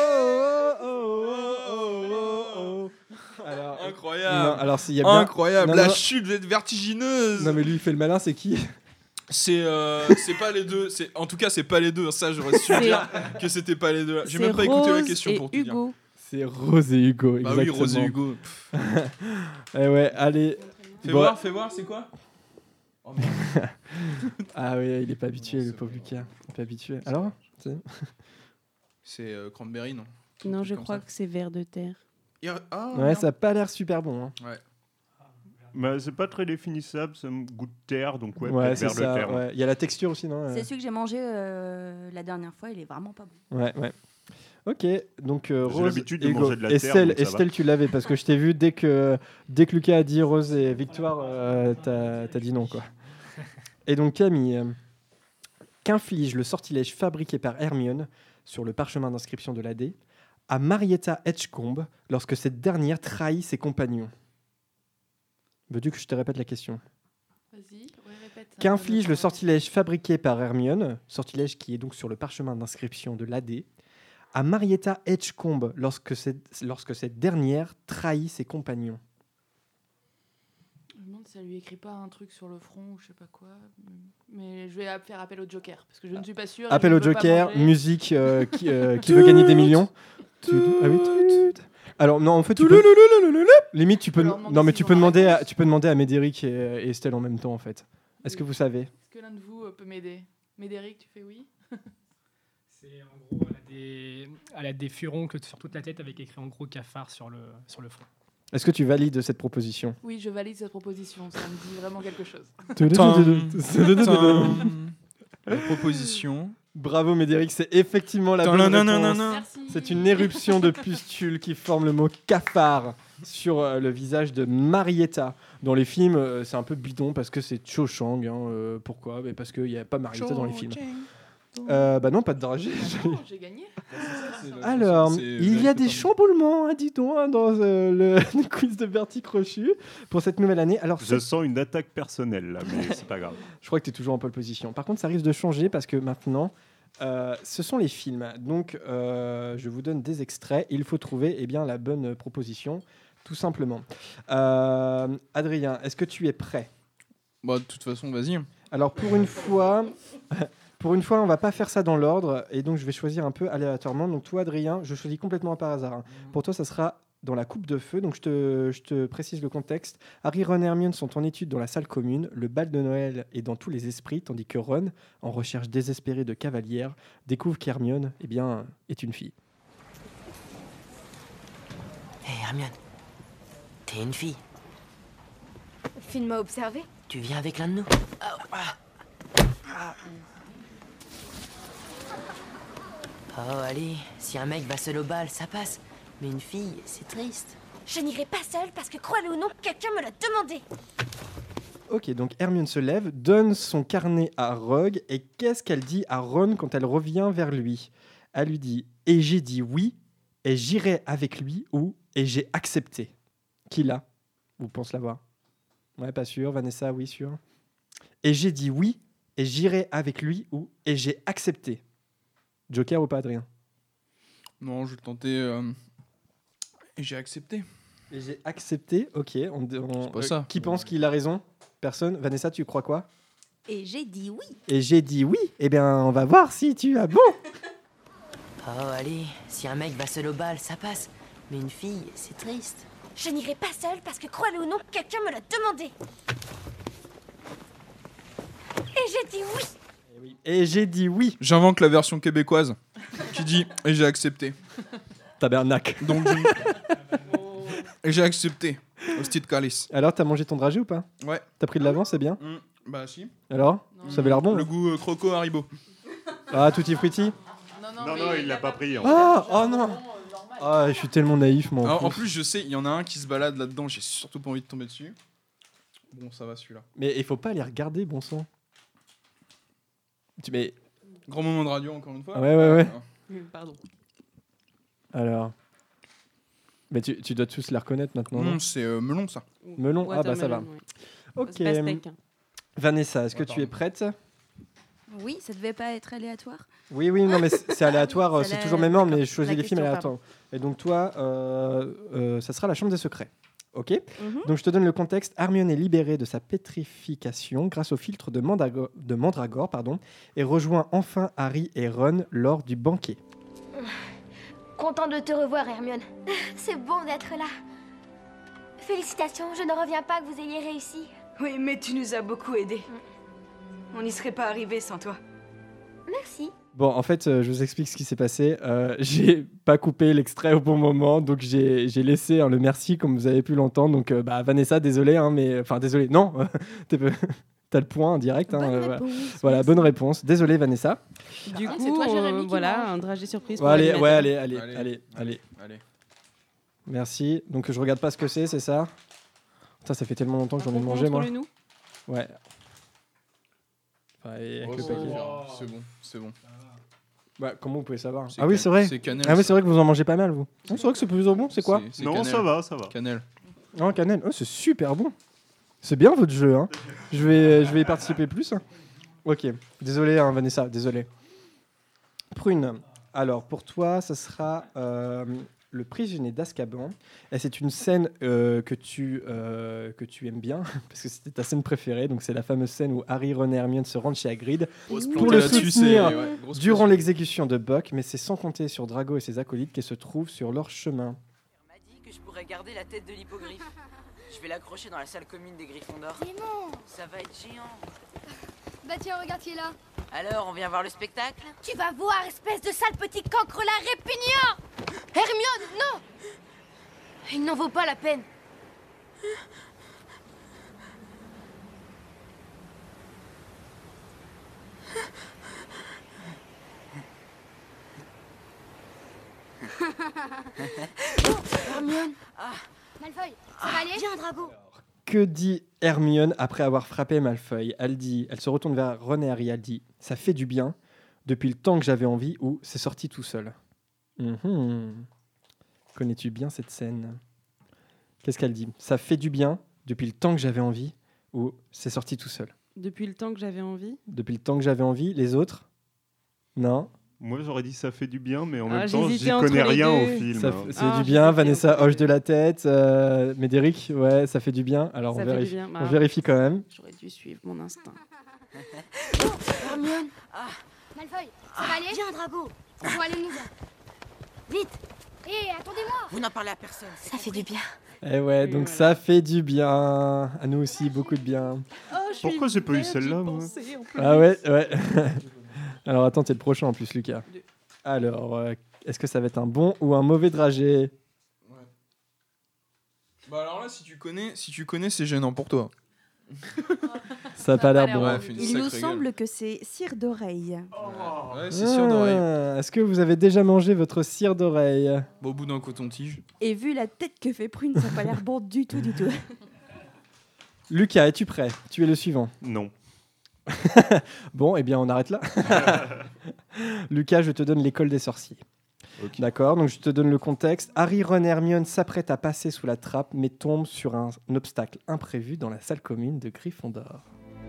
arrivé. Alors, Incroyable. non, alors s'il y a bien... Incroyable. Non, La non. chute va être vertigineuse. Non mais lui il fait le malin, c'est qui ? C'est pas les deux. En tout cas, c'est pas les deux. Ça, j'aurais su dire que c'était pas les deux. J'ai même pas écouté la question pour te dire. Hugo. C'est Rose et Hugo, Bah exactement. oui, Rose et Hugo. Eh ouais, allez. Fais Bon. voir, c'est quoi? Oh, Ah oui, il est pas habitué, le pauvre Lucas. Il est pas habitué. Alors c'est cranberry, non? Non, je Comme crois ça. que c'est ver de terre. Ah, Ouais, merde. ça a pas l'air super bon. Hein. Ouais. Bah, c'est pas très définissable, ça me goûte terre, donc ouais, Ouais, peut-être c'est vers le ça. terre. Ouais. Il y a la texture aussi, non C'est celui que j'ai mangé la dernière fois, il est vraiment pas bon. Ouais. Ok, donc Rose l'habitude de et Hugo. manger de la terre, Estelle, donc ça va. Estelle, tu l'avais parce que je t'ai vu dès que Lucas a dit Rose et Victoire, t'as dit non quoi. Et donc Camille, qu'inflige le sortilège fabriqué par Hermione sur le parchemin d'inscription de l'AD à Marietta Edgecombe lorsque cette dernière trahit ses compagnons? Veux-tu que je te répète la question? Vas-y, répète. Qu'inflige le sortilège fabriqué par Hermione, sortilège qui est donc sur le parchemin d'inscription de l'AD, à Marietta Edgecombe lorsque cette dernière trahit ses compagnons? Je me demande si ça lui écrit pas un truc sur le front ou je sais pas quoi. Mais je vais faire appel au Joker parce que je ne suis pas sûre. et Appel je au ne veux pas Joker, manger. musique qui veut gagner des millions. Ah oui. Alors non, en fait, limite tu peux leur demander non mais s'ils tu ont peux la demander à, réponse. tu peux demander à Médéric et Estelle en même temps en fait. Est-ce que vous savez? Est-ce que l'un de vous peut m'aider? Médéric, tu fais oui? C'est en gros, elle a des furons sur toute la tête avec écrit en gros cafard sur le front. Est-ce que tu valides cette proposition? Oui, je valide cette proposition. Ça me dit vraiment quelque chose. La proposition. Bravo Médéric, c'est effectivement la bonne réponse. Merci. C'est une éruption de pustules qui forme le mot cafard sur le visage de Marietta. Dans les films, c'est un peu bidon parce que c'est Cho Chang. Pourquoi? Parce qu'il n'y a pas Marietta dans les films. Bah non, pas de danger. Oh, j'ai gagné. Alors, il y a des chamboulements, hein, dis donc, hein, dans le quiz de Bertie Crochu pour cette nouvelle année. Alors, Je sens une attaque personnelle là, mais c'est pas grave. je crois que tu es toujours en pole position. Par contre, ça risque de changer parce que maintenant, ce sont les films. Donc, je vous donne des extraits. Il faut trouver la bonne proposition, tout simplement. Adrien, est-ce que tu es prêt? Bah, de toute façon, vas-y. Alors, pour une fois, on va pas faire ça dans l'ordre. Et donc, je vais choisir un peu aléatoirement. Donc, toi, Adrien, je choisis complètement par hasard. Hein. Pour toi, ça sera dans la coupe de feu. Donc, je te précise le contexte. Harry, Ron et Hermione sont en étude dans la salle commune. Le bal de Noël est dans tous les esprits, tandis que Ron, en recherche désespérée de cavalière, découvre qu'Hermione, est une fille. Hé Hermione, t'es une fille. Finn m'a observé. Tu viens avec l'un de nous? Oh allez, si un mec va seul au bal, ça passe. Mais une fille, c'est triste. Je n'irai pas seule parce que, crois-le ou non, quelqu'un me l'a demandé. Ok, donc Hermione se lève, donne son carnet à Rogue, et qu'est-ce qu'elle dit à Ron quand elle revient vers lui? Elle lui dit « Et j'ai dit oui, et j'irai avec lui, ou « Et j'ai accepté ». Qui l'a? Vous pensez l'avoir? Ouais, pas sûr. Vanessa, oui, sûr. « Et j'ai dit oui, et j'irai avec lui, ou « Et j'ai accepté ». Joker ou pas, Adrien? Non, je tentais. Et j'ai accepté. Et j'ai accepté, ok. C'est pas ça. Qui pense qu'il a raison? Personne? Vanessa, tu crois quoi? Et j'ai dit oui. Et j'ai dit oui. Eh bien, on va voir si tu as bon. Oh allez, si un mec va seul au bal, ça passe. Mais une fille, c'est triste. Je n'irai pas seule parce que, crois-le ou non, quelqu'un me l'a demandé. Et j'ai dit oui. Et j'ai dit oui. J'invente la version québécoise qui dit et j'ai accepté. Tabernacle. Donc et j'ai accepté. Hostie de calice. Alors, t'as mangé ton dragée ou pas? Ouais. T'as pris de l'avance, c'est bien. Bah si. Alors, ça avait l'air bon. Le goût croco Haribo. Ah, tutti frutti. Non, il l'a pas pris. Oh non. Ah, je suis tellement naïf, moi. Alors, en plus, je sais, il y en a un qui se balade là-dedans. J'ai surtout pas envie de tomber dessus. Bon, ça va celui-là. Mais il faut pas les regarder, bon sang. Mais grand moment de radio encore une fois. Ouais. Pardon. Alors. Mais tu dois tous les reconnaître maintenant. Non, c'est melon ça. Melon. Ah bah ça va. Ok. Vanessa, est-ce que tu es prête? Oui, ça devait pas être aléatoire. Oui, non, mais c'est aléatoire. C'est toujours même ordre, mais je choisis les films question, aléatoires. Et donc toi, ça sera la chambre des secrets. Ok. Donc je te donne le contexte. Hermione est libérée de sa pétrification grâce au filtre de Mandragore, et rejoint enfin Harry et Ron lors du banquet. Content de te revoir, Hermione. C'est bon d'être là. Félicitations, je ne reviens pas que vous ayez réussi. Oui, mais tu nous as beaucoup aidés. On n'y serait pas arrivé sans toi. Merci. Bon, en fait, je vous explique ce qui s'est passé. J'ai pas coupé l'extrait au bon moment, donc j'ai laissé le merci comme vous avez pu l'entendre. Donc, Vanessa, désolé, mais enfin désolé, non, t'as le point direct. Voilà, bonne réponse. Désolé, Vanessa. Du coup, c'est toi, Jérémy, qui voilà, mange. un dragé surprise. Allez. Allez. Merci. Donc, je regarde pas ce que c'est ça. Putain, ça fait tellement longtemps que j'en ai mangé, moi. Montre-le-nous. Ouais. Avec le paquet. C'est bon. Bah, comment vous pouvez savoir? C'est Ah oui, c'est vrai. c'est cannelle, Ah oui, ça. c'est vrai que vous en mangez pas mal, vous. Non, c'est vrai que c'est plus bon. C'est quoi? C'est Non, cannelle. ça va. Cannelle. Oh, cannelle. Oh, c'est super bon. C'est bien votre jeu. Hein. Je vais y participer plus. Hein. Ok. Désolé, Vanessa. Désolé. Prune. Alors, pour toi, ça sera le prisonnier d'Azkaban. Et c'est une scène que tu aimes bien, parce que c'était ta scène préférée. Donc, c'est la fameuse scène où Harry, Ron et Hermione se rendent chez Hagrid pour le soutenir durant l'exécution de Buck. Mais c'est sans compter sur Drago et ses acolytes qui se trouvent sur leur chemin. On m'a dit que je pourrais garder la tête de l'hippogriffe. Je vais l'accrocher dans la salle commune des Gryffondors. Mais non. Ça va être géant. Bah tiens, regarde qui est là. Alors, on vient voir le spectacle? Tu vas voir, espèce de sale petit cancre là, répugnant. Hermione, non. Il n'en vaut pas la peine. Hermione. Malfoy, ça va aller? Viens, Drago. Que dit Hermione après avoir frappé Malfoy? Elle se retourne vers Ron et Harry. Elle dit « Ça fait du bien depuis le temps que j'avais envie » ou « C'est sorti tout seul ». Connais-tu bien cette scène? Qu'est-ce qu'elle dit? « Ça fait du bien depuis le temps que j'avais envie » ou « C'est sorti tout seul ». Depuis le temps que j'avais envie. Depuis le temps que j'avais envie. Les autres? Non. Moi, j'aurais dit ça fait du bien, mais en même temps, j'hésitais j'y entre connais les rien deux. au film. C'est du bien. Vanessa hoche de la tête. Médéric, ouais, ça fait du bien. Alors, Ça on fait vérifie. du bien. On vérifie quand même. J'aurais dû suivre mon instinct. Hermione. Malfoy, ça va aller? Viens, Drago. On va aller nous voir. Vite. Hé, attendez-moi. Vous n'en parlez à personne. Ça fait du bien. Et ouais, Et donc voilà. ça fait du bien. À nous aussi, beaucoup de bien. Pourquoi j'ai pas eu celle-là, moi? Ah ouais. Alors attends, t'es le prochain en plus, Lucas. Alors, est-ce que ça va être un bon ou un mauvais dragé? Bah alors là, si tu connais, c'est gênant pour toi. Ça n'a pas l'air bon. Ouais, fais une Il nous sacrée semble que c'est cire d'oreille. Ouais, c'est sûr d'oreille. Est-ce que vous avez déjà mangé votre cire d'oreille? Bon, au bout d'un coton-tige. Et vu la tête que fait Prune, ça n'a pas l'air bon du tout. Lucas, es-tu prêt? Tu es le suivant. Non. Bon, eh bien, on arrête là. Lucas, je te donne l'école des sorciers. Ok. D'accord, donc je te donne le contexte. Harry, Ron et Hermione s'apprêtent à passer sous la trappe, mais tombent sur un obstacle imprévu dans la salle commune de Gryffondor.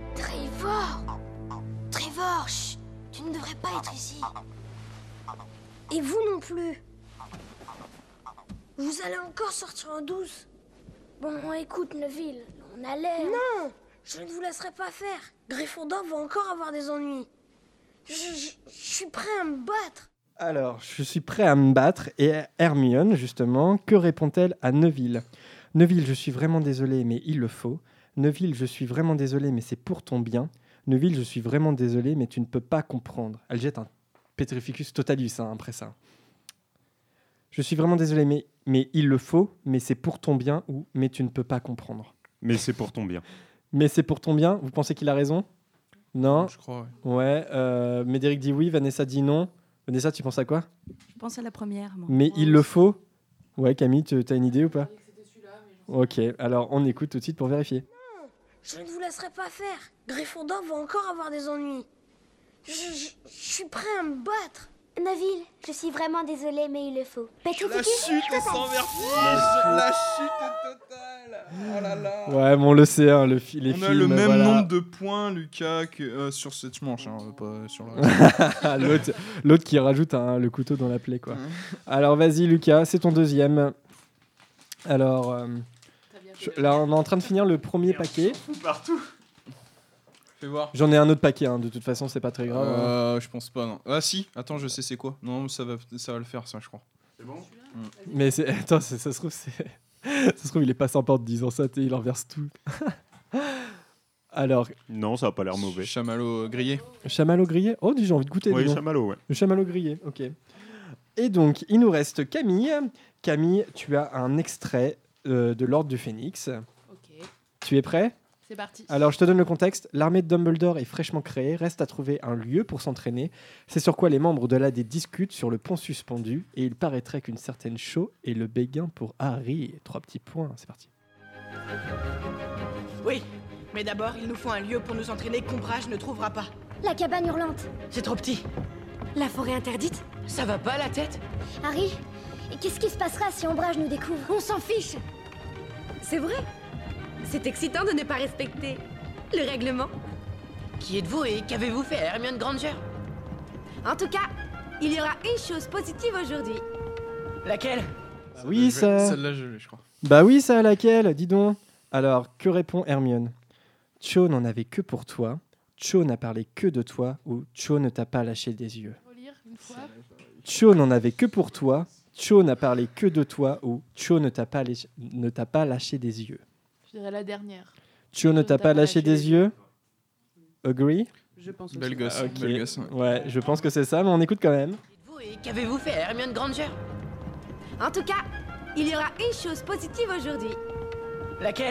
Trevor, chut, tu ne devrais pas être ici. Et vous non plus. Vous allez encore sortir en douce. Bon, écoute, Neville, on a l'air... Non, je ne vous laisserai pas faire. Gryffondor va encore avoir des ennuis. Je suis prêt à me battre. Alors, je suis prêt à me battre. Et Hermione, justement, que répond-elle à Neville? Neville, je suis vraiment désolé, mais il le faut. Neville, je suis vraiment désolé, mais c'est pour ton bien. Neville, je suis vraiment désolé, mais tu ne peux pas comprendre. Elle jette un Petrificus Totalus après ça. Je suis vraiment désolé, mais il le faut, mais c'est pour ton bien ou mais tu ne peux pas comprendre. Mais c'est pour ton bien. Mais c'est pour ton bien? Vous pensez qu'il a raison? Non? Je crois, ouais. Médéric dit oui, Vanessa dit non. Vanessa, tu penses à quoi? Je pense à la première, moi. Mais il le faut? Ouais, Camille, tu as une idée ou pas? Ok, alors on écoute tout de suite pour vérifier. Non, je ne vous laisserai pas faire. Gryffondor va encore avoir des ennuis. Je suis prêt à me battre. Neville, je suis vraiment désolé, mais il le faut. La chute est sans vertige. La chute totale. Oh là là. Ouais, bon, on le sait, hein, les films. On a le même voilà. nombre de points, Lucas, que sur cette manche, hein, pas sur la... L'autre qui rajoute le couteau dans la plaie, quoi. Alors, vas-y, Lucas, c'est ton deuxième. Alors, Là, on est en train de finir le premier paquet. Partout. Fais voir. J'en ai un autre paquet, hein. De toute façon, c'est pas très grave. hein. Je pense pas, non. Ah si, attends, je sais c'est quoi. Non, ça va le faire, ça, je crois. C'est bon. Mais c'est. Attends, ça se trouve, c'est. Ça se trouve, il est pas sympa en te disant ça, il en verse tout. Alors. Non, ça a pas l'air mauvais. Chamallow grillé. Chamallow grillé. Oh, j'ai envie de goûter. Oui, dis donc. chamallow, ouais. Le chamallow grillé, ok. Et donc, il nous reste Camille. Camille, tu as un extrait de l'Ordre du Phénix. Ok, Tu es prêt ? c'est parti. Alors, je te donne le contexte. L'armée de Dumbledore est fraîchement créée, reste à trouver un lieu pour s'entraîner. C'est sur quoi les membres de l'AD discutent sur le pont suspendu. Et il paraîtrait qu'une certaine Cho est le béguin pour Harry. 3 petits points, c'est parti. Oui, mais d'abord, il nous faut un lieu pour nous entraîner qu'Ombrage ne trouvera pas. La cabane hurlante. C'est trop petit. La forêt interdite. Ça va pas la tête? Harry, et qu'est-ce qui se passera si Ombrage nous découvre? On s'en fiche. C'est vrai. C'est excitant de ne pas respecter le règlement. Qui êtes-vous et qu'avez-vous fait à Hermione Granger? En tout cas, il y aura une chose positive aujourd'hui. Laquelle? Oui, ça. Celle-là, je l'ai, je crois. Bah oui, ça, laquelle? Dis donc. Alors, que répond Hermione? Cho n'en avait que pour toi. Cho n'a parlé que de toi. Ou Cho ne t'a pas lâché des yeux. Relire une fois. Cho n'en avait que pour toi. Cho n'a parlé que de toi. Ou Cho ne t'a pas lâché des yeux. Je dirais la dernière. Cho ne t'a pas lâché des yeux. Agree? Je pense Belle aussi. gosse. Ok. Belle gosse, ouais. Ouais, je pense que c'est ça, mais on écoute quand même. Vous et qu'avez-vous fait à Hermione Granger? En tout cas, il y aura une chose positive aujourd'hui. Laquelle?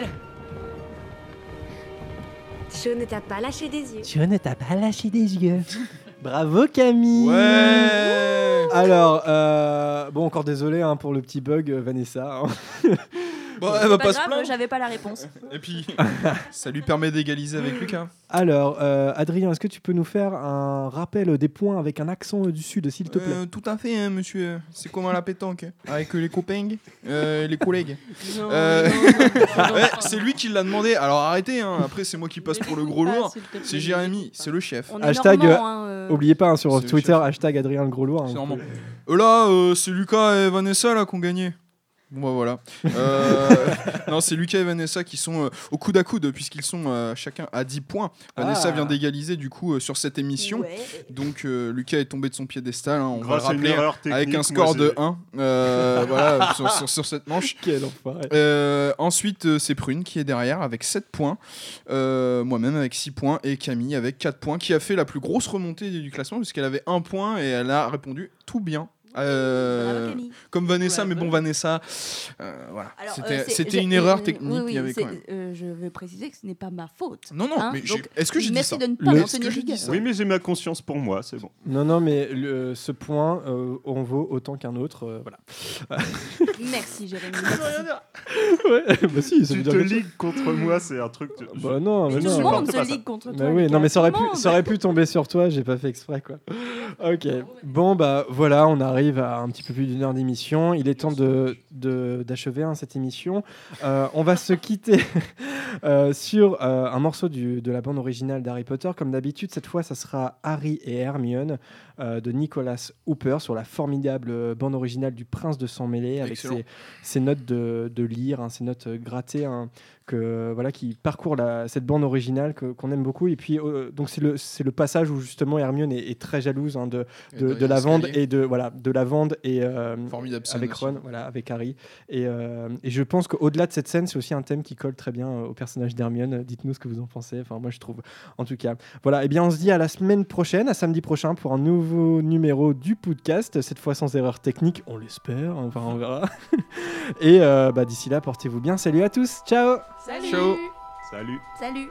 Cho ne t'a pas lâché des yeux. Cho ne t'a pas lâché des yeux. Bravo Camille. Ouais. Alors, bon, encore désolé hein, pour le petit bug, Vanessa. hein. Bon, elle va Pas pas se grave, plaindre. j'avais pas la réponse. Et puis, ça lui permet d'égaliser avec Lucas. Alors, Adrien, est-ce que tu peux nous faire un rappel des points avec un accent du sud, s'il te plaît? Tout à fait, hein, monsieur. C'est comme à la pétanque. Avec les copains, les collègues. Non, Ouais, c'est lui qui l'a demandé. Alors arrêtez, hein. Après, c'est moi qui passe pour le gros lourd. C'est Jérémy, c'est le chef. On est Hashtag, normand, hein, Oubliez pas hein, sur C'est le Twitter, chef. hashtag Adrien le gros lourd. hein, C'est vous normand. pouvez- Là, c'est Lucas et Vanessa là qui ont gagné. Bon bah voilà. Non, c'est Lucas et Vanessa qui sont au coude à coude puisqu'ils sont chacun à 10 points. Vanessa vient d'égaliser du coup sur cette émission. Ouais. Donc Lucas est tombé de son piédestal, hein, on Grâce va à le une rappeler, erreur technique, avec un moi, score de c'est- 1 voilà, sur cette manche. Quel enfoiré. Ensuite, c'est Prune qui est derrière avec 7 points. Moi-même avec 6 points. Et Camille avec 4 points qui a fait la plus grosse remontée du classement puisqu'elle avait 1 point et elle a répondu tout bien. Bravo, Camille. Comme Vanessa, Ouais, mais bon, ouais. Vanessa, voilà. Alors, C'était une erreur technique. Oui, oui, il y avait quand même. je veux préciser que ce n'est pas ma faute. Non, non, hein. mais Donc, est-ce que j'ai dit merci ça? de ne pas Le- m'en Est-ce que tenir j'ai dit rigueur. ça? Oui, mais j'ai ma conscience pour moi, c'est bon. Non, non, mais ce point, on vaut autant qu'un autre. Voilà. Merci, Jérémy. merci. ouais, bah si, ça veut Tu dire te quelque chose. ligues contre moi, c'est un truc. Bah non, Mais mais tout non. le monde supporte pas se ça. ligue contre Bah toi. oui, les non, gars, mais ça tout le monde. aurait pu tomber sur toi, j'ai pas fait exprès quoi. Ok, bon bah voilà, on arrive à un petit peu plus d'une heure d'émission. Il est temps d'achever hein, cette émission. On va se quitter sur un morceau de la bande originale d'Harry Potter. Comme d'habitude, cette fois, ça sera Harry et Hermione de Nicholas Hooper sur la formidable bande originale du Prince de Sang Mêlé avec Excellent. ses notes de lire, hein, ses notes grattées. Hein, voilà, qui parcourt cette bande originale qu'on aime beaucoup. Et puis, donc c'est le passage où justement Hermione est très jalouse hein, de Lavande et de Lavande et Formidable scène avec aussi. Ron, voilà, avec Harry. Et je pense qu'au-delà de cette scène, c'est aussi un thème qui colle très bien au personnage d'Hermione. Dites-nous ce que vous en pensez. Enfin, moi, je trouve. En tout cas, voilà. Et bien, on se dit à la semaine prochaine, à samedi prochain, pour un nouveau numéro du podcast. Cette fois sans erreur technique, on l'espère. Enfin, on verra. Et d'ici là, portez-vous bien. Salut à tous. Ciao. Salut. Ciao. Salut. Salut.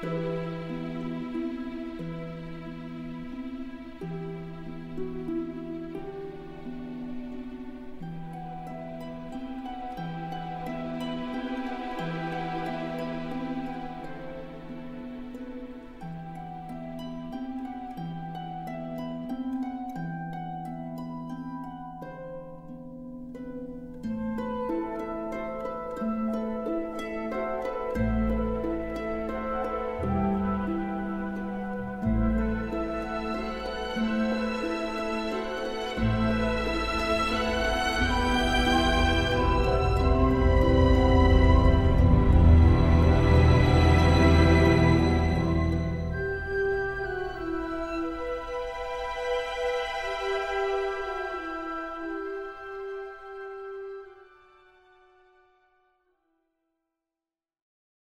Bye.